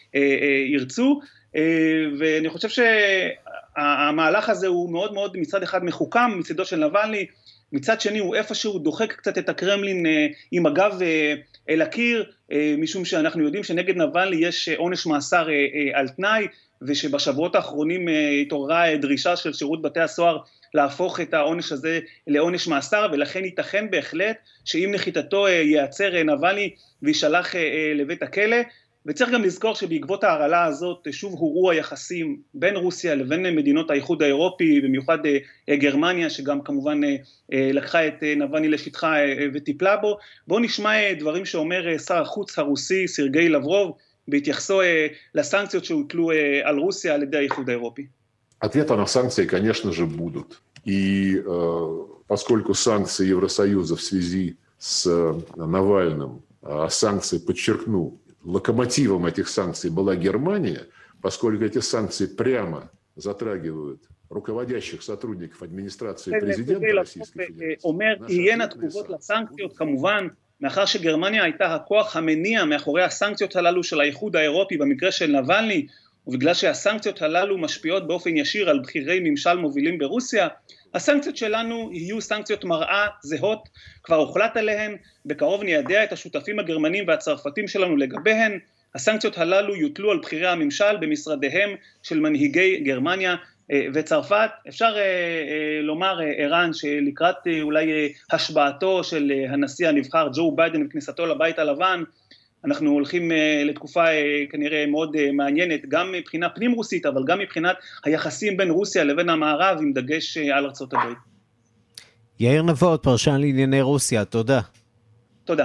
ירצו. ואני חושב שהמהלך הזה הוא מאוד מאוד מצד אחד מחוכם, מצדו של נבלני, מצד שני הוא איפשהו דוחק קצת את הקרמלין עם הגב אל הקיר, משום שאנחנו יודעים שנגד נבלני יש עונש מאסר על תנאי, ושבשבועות האחרונים התעוררה דרישה של שירות בתי הסוהר להפוך את העונש הזה לעונש מאסר, ולכן ייתכן בהחלט שאם נחיתתו ייעצר נבלני וישלח לבית הכלא. וצריך גם לזכור שבעקבות ההרעלה הזאת שוב הורו היחסים בין רוסיה לבין מדינות האיחוד האירופי, במיוחד גרמניה שגם כמובן לקחה את נבלני לשטחה וטיפלה בו. בואו נשמע דברים שאומר שר החוץ הרוסי סרגי לברוב בהתייחסו לסנקציות שהוטלו על רוסיה על ידי האיחוד האירופי. Ответы на санкции, конечно же, будут. И э, поскольку санкции Евросоюза в связи с Навальным, а санкции, подчеркну, локомотивом этих санкций была Германия, поскольку эти санкции прямо затрагивают руководящих сотрудников администрации президента Российской Федерации. אומר, תהיינה תגובות לסנקציות כמובן, מאחר שגרמניה הייתה הכוח המניע מאחורי הסנקציות הללו של האיחוד האירופי במקרה של נבלני, ובגלל שהסנקציות הללו משפיעות באופן ישיר על בכירי ממשל מובילים ברוסיה, הסנקציות שלנו יהיו סנקציות מראה זהות, כבר הוחלט עליהן, בקרוב ניידע את השותפים הגרמנים והצרפתים שלנו לגביהן. הסנקציות הללו יוטלו על בכירי הממשל במשרדיהם של מנהיגי גרמניה וצרפת. אפשר לומר, ערן, שלקראת אולי השבעתו של הנשיא הנבחר ג'ו ביידן וכניסתו לבית הלבן, אנחנו הולכים לתקופה כנראה מאוד מעניינת, גם מבחינה פנים רוסית, אבל גם מבחינת היחסים בין רוסיה לבין המערב, עם דגש על ארצות הברית. יאיר נבות, פרשן לענייני רוסיה, תודה. תודה.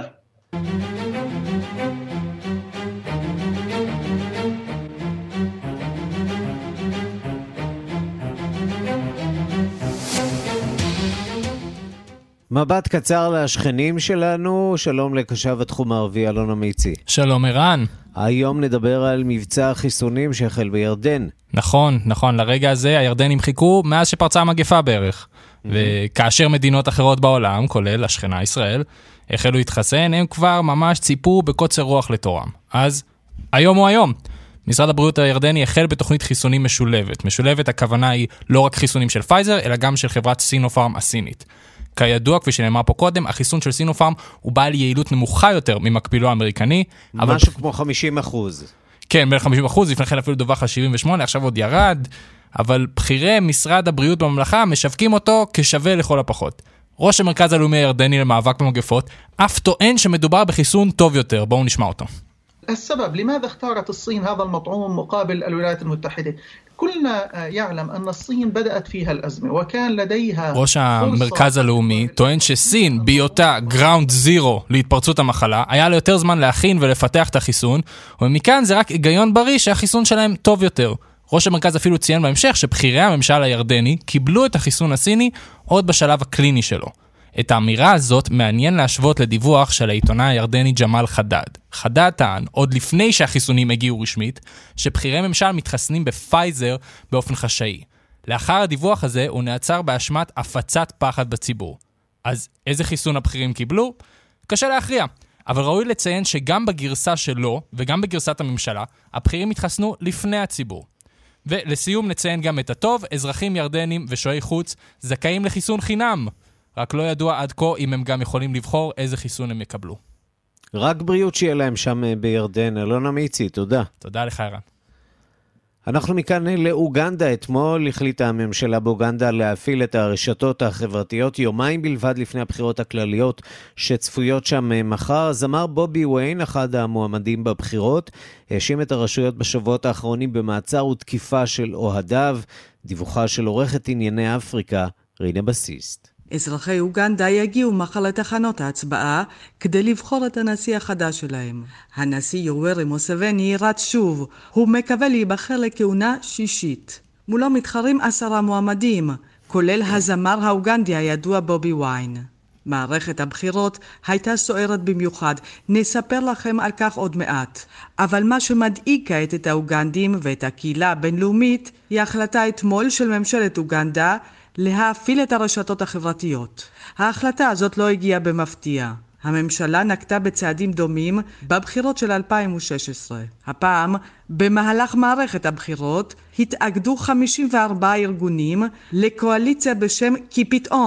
מבט קצר לשכנים שלנו, שלום לקשב התחום הערבי אלון אמיצי. שלום ערן. היום נדבר על מבצע החיסונים שהחל בירדן. נכון, נכון, לרגע הזה הירדנים חיכו מאז שפרצה המגפה בערך. Mm-hmm. וכאשר מדינות אחרות בעולם, כולל השכנה ישראל, החלו להתחסן, הם כבר ממש ציפו בקוצר רוח לתורם. אז היום הוא היום. משרד הבריאות הירדני החל בתוכנית חיסונים משולבת. משולבת הכוונה היא לא רק חיסונים של פייזר, אלא גם של חברת סינופארם הסינית. כידוע, כפי שנאמר פה קודם, החיסון של סינופארם הוא בעל יעילות נמוכה יותר ממקבילו האמריקני. משהו אבל... כמו חמישים אחוז. כן, בין חמישים אחוז, לפני כן אפילו דווח על שבעים ושמונה, עכשיו עוד ירד, אבל בכירי משרד הבריאות בממלכה משווקים אותו כשווה לכל הפחות. ראש המרכז הלאומי הירדני למאבק במגפות אף טוען שמדובר בחיסון טוב יותר. בואו נשמע אותו. السبب لماذا اختارت الصين هذا المطعوم مقابل الولايات المتحدة؟ كلنا يعلم أن الصين بدأت فيها الأزمة وكان لديها ראש המרכז הלאומי טוען שסין בהיותה גראונד זירו להתפרצות המחלה היה לה יותר זמן להכין ולפתח את החיסון, ומכאן זה רק היגיון בריא שהחיסון שלהם טוב יותר. ראש המרכז אפילו ציין בהמשך שבכירי הממשל הירדני קיבלו את החיסון הסיני עוד בשלב הקליני שלו. את האמירה הזאת מעניין להשוות לדיווח של העיתונאי הירדני ג'מאל חדד. חדד טען, עוד לפני שהחיסונים הגיעו רשמית, שבכירי ממשל מתחסנים בפייזר באופן חשאי. לאחר הדיווח הזה הוא נעצר באשמת הפצת פחד בציבור. אז איזה חיסון הבכירים קיבלו? קשה להכריע. אבל ראוי לציין שגם בגרסה שלו וגם בגרסת הממשלה, הבכירים התחסנו לפני הציבור. ולסיום נציין גם את הטוב, אזרחים ירדנים ושועי חוץ זכאים לחיסון חינם. רק לא ידוע עד כה אם הם גם יכולים לבחור איזה חיסון הם יקבלו. רק בריאות שיהיה להם שם בירדן. אלון אמיצי, תודה. תודה לך, ערן. אנחנו מכאן לאוגנדה. אתמול החליטה הממשלה באוגנדה להפעיל את הרשתות החברתיות יומיים בלבד לפני הבחירות הכלליות שצפויות שם מחר. זמר בובי וויין, אחד המועמדים בבחירות, האשים את הרשויות בשבועות האחרונים במעצר ותקיפה של אוהדיו. דיווחה של עורכת ענייני אפריקה, רינה בסיסט. אזרחי אוגנדה יגיעו מחר לתחנות ההצבעה כדי לבחור את הנשיא החדש שלהם. הנשיא יווארי מוסבני רץ שוב, הוא מקווה להיבחר לכהונה שישית. מולו מתחרים עשרה מועמדים, כולל הזמר האוגנדי הידוע בובי וויין. מערכת הבחירות הייתה סוערת במיוחד, נספר לכם על כך עוד מעט. אבל מה שמדאיג כעת את האוגנדים ואת הקהילה הבינלאומית היא החלטה אתמול של ממשלת אוגנדה להפעיל את הרשתות החברתיות. ההחלטה הזאת לא הגיעה במפתיע. הממשלה נקטה בצעדים דומים בבחירות של אלפיים ושש עשרה. הפעם, במהלך מערכת הבחירות, התאגדו חמישים וארבעה ארגונים לקואליציה בשם כי פתאון,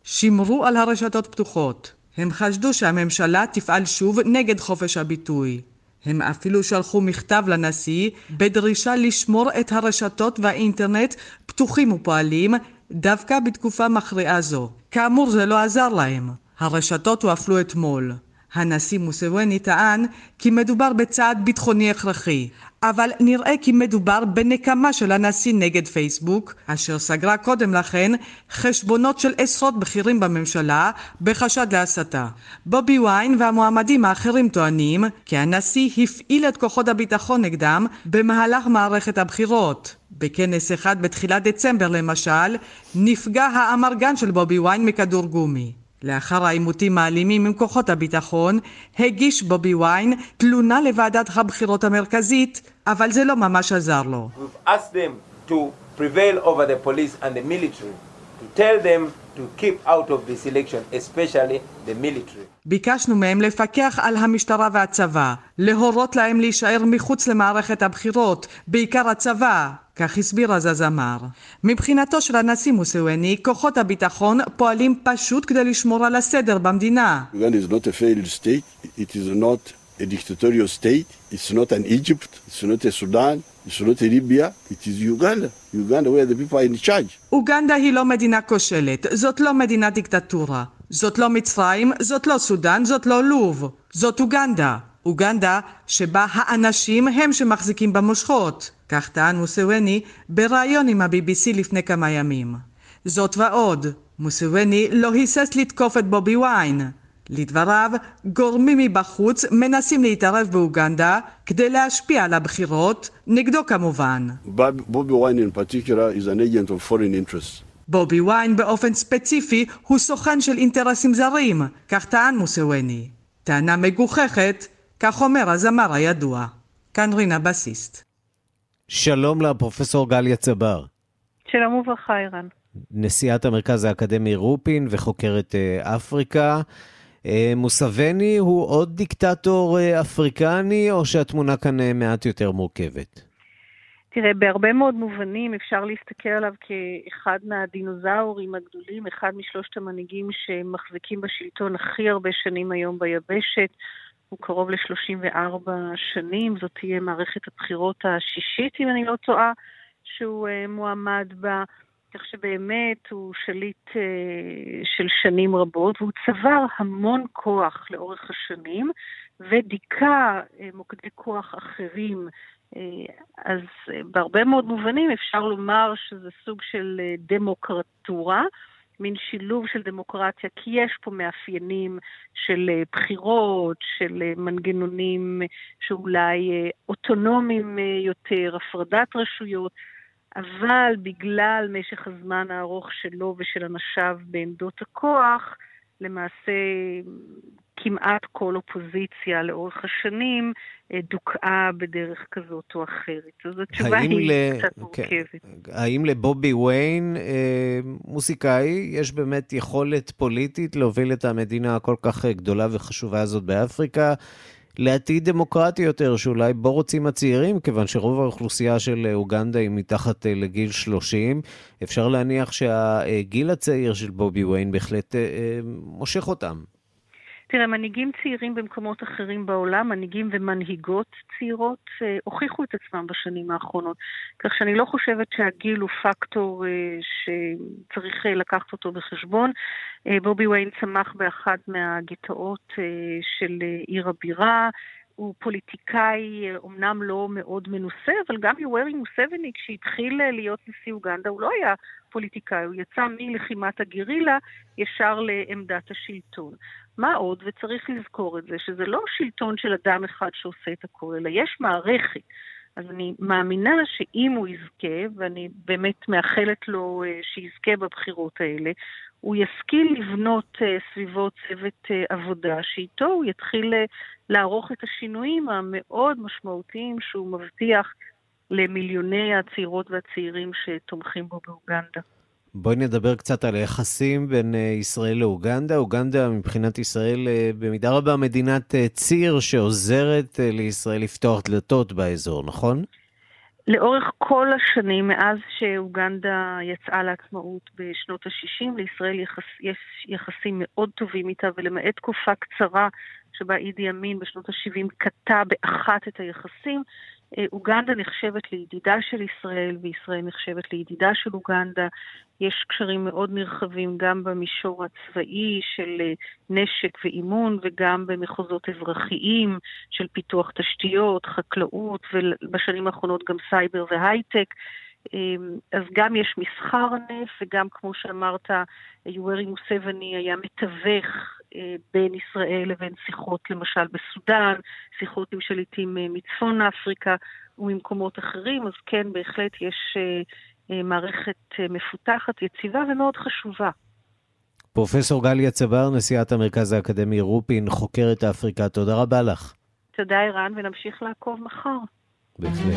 שמרו על הרשתות פתוחות. הם חשדו שהממשלה תפעל שוב נגד חופש הביטוי. הם אפילו שלחו מכתב לנשיא בדרישה לשמור את הרשתות והאינטרנט פתוחים ופועלים דווקא בתקופה מכריעה זו. כאמור זה לא עזר להם. הרשתות הואפלו אתמול. הנשיא מוסווני טען כי מדובר בצעד ביטחוני הכרחי, אבל נראה כי מדובר בנקמה של הנשיא נגד פייסבוק, אשר סגרה קודם לכן חשבונות של עשרות בכירים בממשלה בחשד להסתה. בובי ויין והמועמדים האחרים טוענים כי הנשיא הפעיל את כוחות הביטחון נגדם במהלך מערכת הבחירות. בכנס אחד בתחילת דצמבר למשל, נפגע האמרגן של בובי ויין מכדור גומי. לאחר העימותים האלימים עם כוחות הביטחון, הגיש בובי ויין תלונה לוועדת הבחירות המרכזית, אבל זה לא ממש עזר לו. We've asked them to prevail over the police and the military, to tell them to keep out of this election, especially the military. ביקשנו מהם לפקח על המשטרה והצבא, להורות להם להישאר מחוץ למערכת הבחירות, בעיקר הצבא, כך הסביר הזמר. מבחינתו של הנשיא מוסווני, כוחות הביטחון פועלים פשוט כדי לשמור על הסדר במדינה. Uganda is not a failed state, it is not a dictatorial state, it's not an Egypt, it's not a Sudan, it's not a Libya, it is Uganda. Uganda where the people are in charge. אוגנדה היא לא מדינה כושלת, זאת לא מדינה דיקטטורה. זאת לא מצרים, זאת לא סודן, זאת לא לוב. זאת אוגנדה. אוגנדה שבה האנשים הם שמחזיקים במושכות. כך טען מוסווני בראיון עם ה-בי בי סי לפני כמה ימים. זאת ועוד, מוסווני לא היסס לתקוף את בובי ויין. לדבריו, גורמים מבחוץ מנסים להתערב באוגנדה כדי להשפיע על הבחירות, נגדו כמובן. Bobby Wine in particular is an agent of foreign interests. בובי ויין באופן ספציפי הוא סוכן של אינטרסים זרים, כך טען מוסווני. טענה מגוחכת, כך אומר הזמר הידוע. כאן רינה בסיסט. שלום לפרופסור גליה צבר. שלום וברכה אירן. נשיאת המרכז האקדמי רופין וחוקרת אפריקה. מוסווני הוא עוד דיקטטור אפריקני או שהתמונה כאן מעט יותר מורכבת? תראה, בהרבה מאוד מובנים אפשר להסתכל עליו כאחד מהדינוזאורים הגדולים, אחד משלושת המנהיגים שמחזיקים בשלטון הכי הרבה שנים היום ביבשת. הוא קרוב ל-שלושים וארבע שנים, זאת תהיה מערכת הבחירות השישית, אם אני לא טועה, שהוא uh, מועמד בה, כך שבאמת הוא שליט uh, של שנים רבות, והוא צבר המון כוח לאורך השנים, ודיכא uh, מוקדי כוח אחרים. Uh, אז uh, בהרבה מאוד מובנים אפשר לומר שזה סוג של uh, דמוקרטורה, מין שילוב של דמוקרטיה, כי יש פה מאפיינים של בחירות, של מנגנונים שאולי אוטונומיים יותר, הפרדת רשויות, אבל בגלל משך הזמן הארוך שלו ושל אנשיו בעמדות הכוח, למעשה כמעט כל אופוזיציה לאורך השנים דוקאה בדרך כזאת או אחרת. אז התשובה היא ל... קצת מורכבת. האם לבובי ויין, מוסיקאי, יש באמת יכולת פוליטית להוביל את המדינה הכל כך גדולה וחשובה הזאת באפריקה, לעתיד דמוקרטי יותר, שאולי בו רוצים הצעירים, כיוון שרוב האוכלוסייה של אוגנדה היא מתחת לגיל שלושים, אפשר להניח שהגיל הצעיר של בובי ויין בהחלט מושך אותם. תראה, מנהיגים צעירים במקומות אחרים בעולם, מנהיגים ומנהיגות צעירות, אה, הוכיחו את עצמם בשנים האחרונות. כך שאני לא חושבת שהגיל הוא פקטור אה, שצריך אה, לקחת אותו בחשבון. אה, בובי ויין צמח באחת מהגטאות אה, של אה, עיר הבירה, הוא פוליטיקאי, אומנם לא מאוד מנוסה, אבל גם יוארי מוסווני, כשהתחיל להיות נשיא אוגנדה, הוא לא היה פוליטיקאי, הוא יצא מלחימת הגרילה ישר לעמדת השלטון. מה עוד? וצריך לזכור את זה, שזה לא שלטון של אדם אחד שעושה את הכל, אלא יש מערכת. אז אני מאמינה שאם הוא יזכה, ואני באמת מאחלת לו שיזכה בבחירות האלה, הוא ישכיל לבנות סביבו צוות עבודה, שאיתו הוא יתחיל לערוך את השינויים המאוד משמעותיים שהוא מבטיח למיליוני הצעירות והצעירים שתומכים בו באוגנדה. בואי נדבר קצת על היחסים בין ישראל לאוגנדה. אוגנדה מבחינת ישראל במידה רבה מדינת ציר שעוזרת לישראל לפתוח דלתות באזור, נכון? לאורך כל השנים, מאז שאוגנדה יצאה לעצמאות בשנות ה-שישים, לישראל יחס, יש יחסים מאוד טובים איתה, ולמעט תקופה קצרה שבה אידי אמין בשנות ה-שבעים קטע באחת את היחסים, אוגנדה נחשבת לידידה של ישראל, וישראל נחשבת לידידה של אוגנדה. יש קשרים מאוד נרחבים גם במישור הצבאי של נשק ואימון, וגם במחוזות אזרחיים של פיתוח תשתיות, חקלאות, ובשנים האחרונות גם סייבר והייטק. אז גם יש מסחר ענף, וגם כמו שאמרת, יוארי מוסבני היה מתווך בין ישראל לבין שיחות למשל בסודן, שיחות עם שליטים מצפון אפריקה וממקומות אחרים, אז כן, בהחלט יש מערכת מפותחת, יציבה ומאוד חשובה. פרופסור גליה צבר, נשיאת המרכז האקדמי רופין, חוקרת אפריקה, תודה רבה לך. תודה ערן, ונמשיך לעקוב מחר. בהחלט.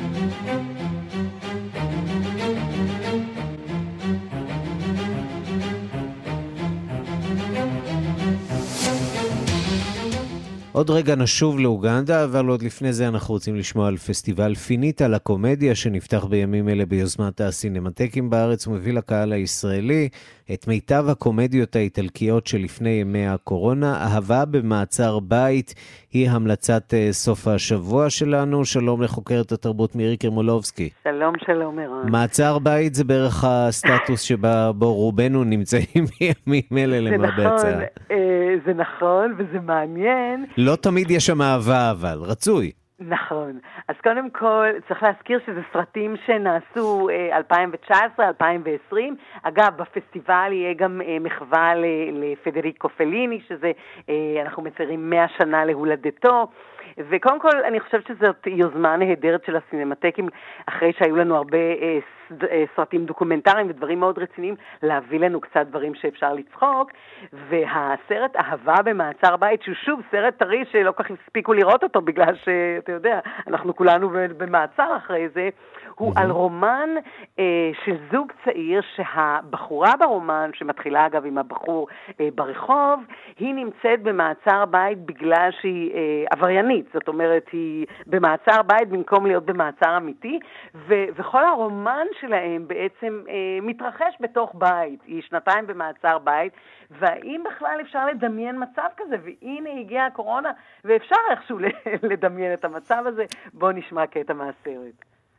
עוד רגע נשוב לאוגנדה, אבל עוד לפני זה אנחנו רוצים לשמוע על פסטיבל פיניטה לקומדיה שנפתח בימים אלה ביוזמת הסינמטקים בארץ, ומביא לקהל הישראלי את מיטב הקומדיות האיטלקיות שלפני ימי הקורונה. אהבה במעצר בית היא המלצת סוף השבוע שלנו. שלום לחוקרת התרבות מירי קרמולובסקי. שלום, שלום ערן. מעצר בית זה בערך הסטטוס שבו רובנו נמצאים בימים אלה למרבה הצער. זה נכון וזה מעניין. לא תמיד יש שם אהבה, אבל רצוי. נכון. אז קודם כל צריך להזכיר שזה סרטים שנעשו אלפיים תשע עשרה אלפיים ועשרים. אגב, בפסטיבל יהיה גם מחווה לפדריקו פליני, שזה אנחנו מציירים מאה שנה להולדתו. וקודם כל אני חושבת שזאת יוזמה נהדרת של הסינמטקים, אחרי שהיו לנו הרבה סרטים דוקומנטריים ודברים מאוד רציניים, להביא לנו קצת דברים שאפשר לצחוק. והסרט אהבה במעצר בית, שהוא שוב סרט טרי שלא כך הספיקו לראות אותו, בגלל שאתה יודע, אנחנו כולנו במעצר אחרי זה, הוא על רומן אה, של זוג צעיר, שהבחורה ברומן, שמתחילה אגב עם הבחור אה, ברחוב, היא נמצאת במעצר בית בגלל שהיא אה, עבריינית, זאת אומרת היא במעצר בית במקום להיות במעצר אמיתי, ו- וכל הרומן שלהם בעצם אה, מתרחש בתוך בית. היא שנתיים במעצר בית, והאם בכלל אפשר לדמיין מצב כזה? והנה הגיעה הקורונה ואפשר איכשהו לדמיין את המצב הזה. בואו נשמע קטע מהסרט.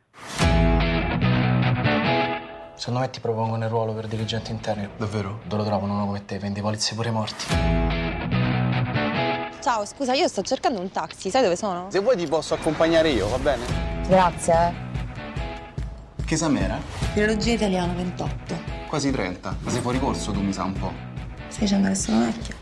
Secondo me ti propongono il ruolo per dirigente interno. Davvero? Dove lo trovano uno come te? Vendi polizie pure morti. Ciao, scusa, io sto cercando un taxi. Sai dove sono? Se vuoi ti posso accompagnare io, va bene? Grazie. Che esame era? Filologia italiana ventotto. Quasi trenta. Ma sei fuori corso tu, mi sa un po'. Stai dicendo che sono vecchia?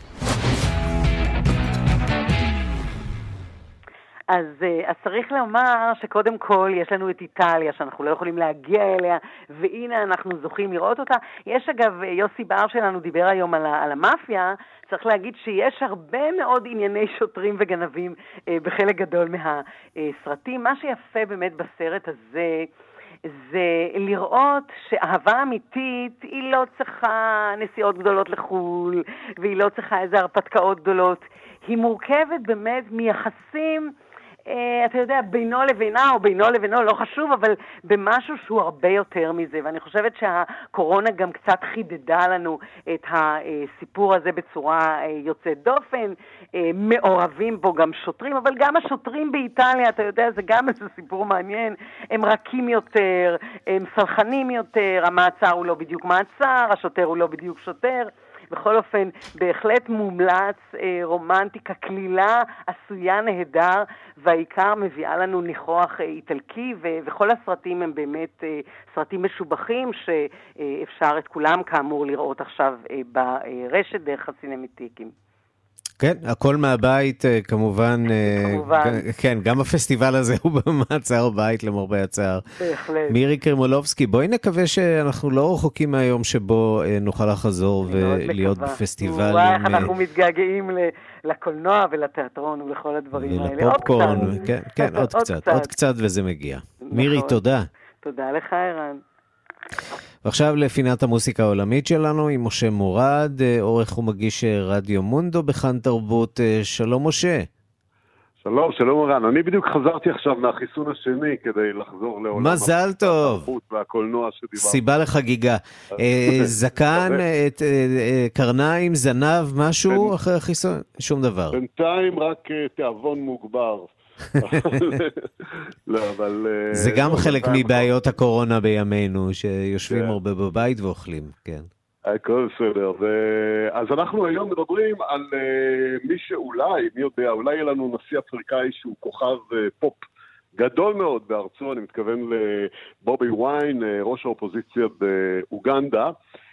אז, אז צריך לומר שקודם כל יש לנו את איטליה שאנחנו לא יכולים להגיע אליה, והנה אנחנו זוכים לראות אותה. יש אגב, יוסי בר שלנו דיבר היום על, על המאפיה, צריך להגיד שיש הרבה מאוד ענייני שוטרים וגנבים אה, בחלק גדול מהסרטים. מה שיפה באמת בסרט הזה זה לראות שאהבה אמיתית היא לא צריכה נסיעות גדולות לחול, והיא לא צריכה איזה הרפתקאות גדולות. היא מורכבת באמת מיחסים, אתה יודע, בינו לבינה או בינו לבינו, לא חשוב, אבל במשהו שהוא הרבה יותר מזה. ואני חושבת שהקורונה גם קצת חידדה לנו את הסיפור הזה בצורה יוצאת דופן. מעורבים בו גם שוטרים, אבל גם השוטרים באיטליה, אתה יודע, זה גם איזה סיפור מעניין. הם רכים יותר, הם סלחנים יותר, המעצר הוא לא בדיוק מעצר, השוטר הוא לא בדיוק שוטר. בכל אופן, בהחלט מומלץ, אה, רומנטיקה, כלילה, עשויה נהדר, והעיקר מביאה לנו ניחוח אה, איטלקי, ו- וכל הסרטים הם באמת אה, סרטים משובחים, שאפשר את כולם כאמור לראות עכשיו אה, ברשת דרך הסינמטקים. כן, הכל מהבית, כמובן, כמובן. כן, גם הפסטיבל הזה הוא במעצר בית למרבה הצער. בהחלט. מירי קרמולובסקי, בואי נקווה שאנחנו לא רחוקים מהיום שבו נוכל לחזור ולהיות בפסטיבל. וואי, איך אנחנו מתגעגעים לקולנוע ולתיאטרון ולכל הדברים האלה. ולפופקורן, כן, כן, עוד קצת, עוד קצת וזה מגיע. מירי, תודה. תודה לך, ערן. ועכשיו לפינת המוסיקה העולמית שלנו עם משה מורד, עורך ומגיש רדיו מונדו בכאן תרבות. שלום משה. שלום, שלום רן. אני בדיוק חזרתי עכשיו מהחיסון השני כדי לחזור לעולם מזל טוב. התרבות והקולנוע שדיברנו. סיבה לחגיגה. זקן, קרניים, זנב, משהו אחרי החיסון? שום דבר. בינתיים רק תיאבון מוגבר. זה גם חלק מבעיות הקורונה בימינו, שיושבים הרבה בבית ואוכלים, כן. הכל בסדר. אז אנחנו היום מדברים על מי שאולי, מי יודע, אולי יהיה לנו נשיא אפריקאי שהוא כוכב פופ גדול מאוד בארצו, אני מתכוון לבובי ויין, ראש האופוזיציה באוגנדה.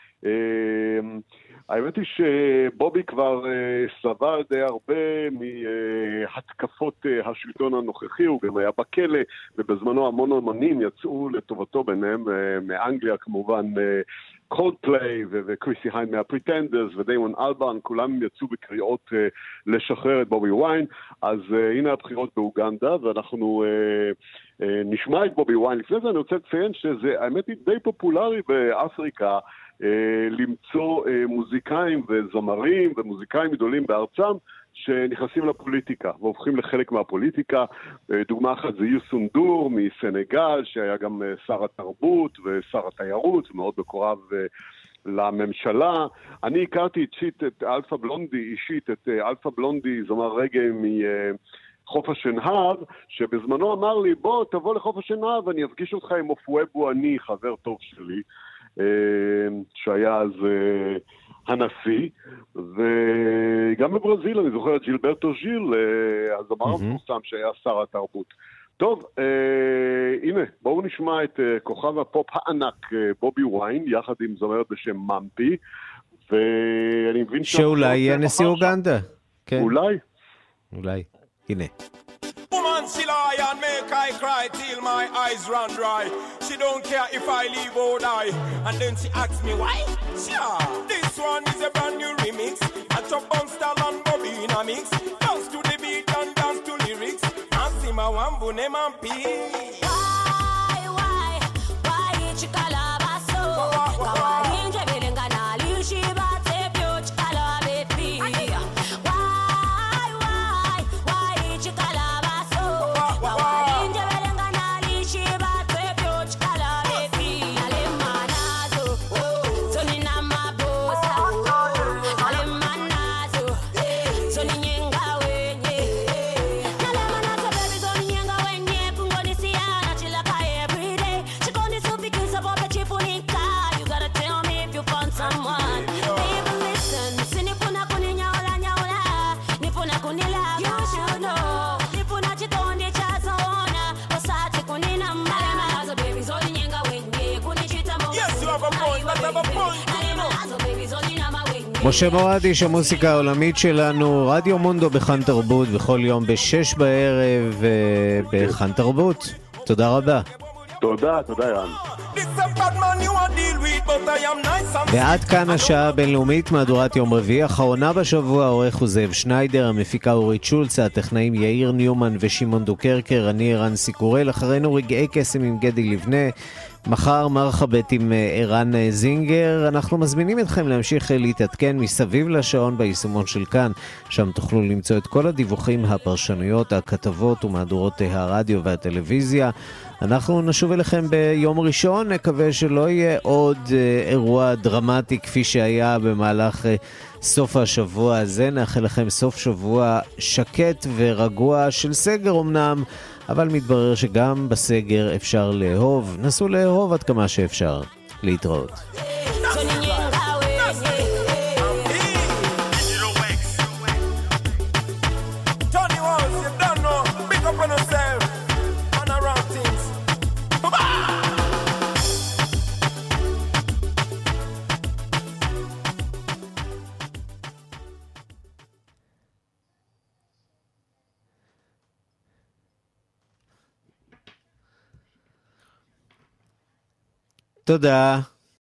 האמת היא שבובי כבר סבל די הרבה מהתקפות השלטון הנוכחי, הוא גם היה בכלא, ובזמנו המון אמנים יצאו לטובתו, ביניהם מאנגליה כמובן, קולדפליי וקריסי היין מהפריטנדרס ודיימון אלברן, כולם יצאו בקריאות uh, לשחרר את בובי ויין. אז uh, הנה הבחירות באוגנדה, ואנחנו uh, uh, נשמע את בובי ויין. לפני זה אני רוצה לציין שזה, האמת היא, די פופולרי באפריקה uh, למצוא uh, מוזיקאים וזמרים ומוזיקאים גדולים בארצם שנכנסים לפוליטיקה והופכים לחלק מהפוליטיקה. דוגמה אחת זה יוסון דור מסנגל, שהיה גם שר התרבות ושר התיירות, מאוד מקורב לממשלה. אני הכרתי אישית את אלפה בלונדי, אישית את אלפה בלונדי, זמר רגע מחוף השנהב, שבזמנו אמר לי, בוא תבוא לחוף השנהב ואני אפגיש אותך עם אופואבו אני, חבר טוב שלי, שהיה אז הנשיא. וגם בברזיל אני זוכר את ג'ילברטו ז'יל, הזמר המפורסם שהיה שר התרבות. טוב, אה, הנה, בואו נשמע את אה, כוכב הפופ הענק אה, בובי ויין, יחד עם זמרת בשם ממפי, ואני מבין שאולי יהיה נשיא אוגנדה. כן. אולי? אולי. הנה. Woman, she lie and make I cry till my eyes run dry. She don't care if I leave or die. And then she asks me why? Sure, this one is a brand new remix. I chop on style and Bobby in a mix. Dance to the beat and dance to lyrics. And see my one bone man pee. Why, why, why it's calabazo? Kawari nje belengana lishi bate pyo chikalabepi. Why, why, why it's calabazo? Kawari nje belengana lishi bate pyo chikalabepi. Ale manazo, zoni na mabosa. Ale manazo, zoni nyenga wenye. Ale manazo baby zoni nyenga wenye. Kungoni siana chilaka every day. Chikondi supikisa bobe chifunika. You gotta tell me if you found someone. Baby listen, sinifuna kuninyaola nyaola. Nifuna kunila you should know. Nifuna chikondi chazona. Wasati kunina mala. Ale manazo baby zoni nyenga wenye. Kunichita mo. Yes, you have a point, let's have a point. Ale manazo baby zoni nama wenye. משה מורד, איש המוסיקה העולמית שלנו, רדיו מונדו בחן תרבות, בכל יום בשש בערב אה, בחן תרבות. תודה רבה. תודה, תודה ירן. This a bad man you want deal with, but I am nice and ועד כאן השעה הבינלאומית, מהדורת יום רביעי, אחרונה בשבוע, העורך הוא זאב שניידר, המפיקה אורית שולץ, הטכנאים יאיר ניומן ושמעון דוקרקר, אני ערן סיקורל, אחרינו רגעי קסם עם גדי לבנה, מחר מרחבת עם ערן זינגר. אנחנו מזמינים אתכם להמשיך להתעדכן מסביב לשעון ביישומון של כאן, שם תוכלו למצוא את כל הדיווחים, הפרשנויות, הכתבות ומהדורות הרדיו והטלוויזיה. אנחנו נשוב אליכם ביום ראשון, נקווה שלא יהיה עוד אירוע דרמטי כפי שהיה במהלך סוף השבוע הזה. נאחל לכם סוף שבוע שקט ורגוע של סגר אמנם, אבל מתברר שגם בסגר אפשר לאהוב. נסו לאהוב עד כמה שאפשר. להתראות. תודה.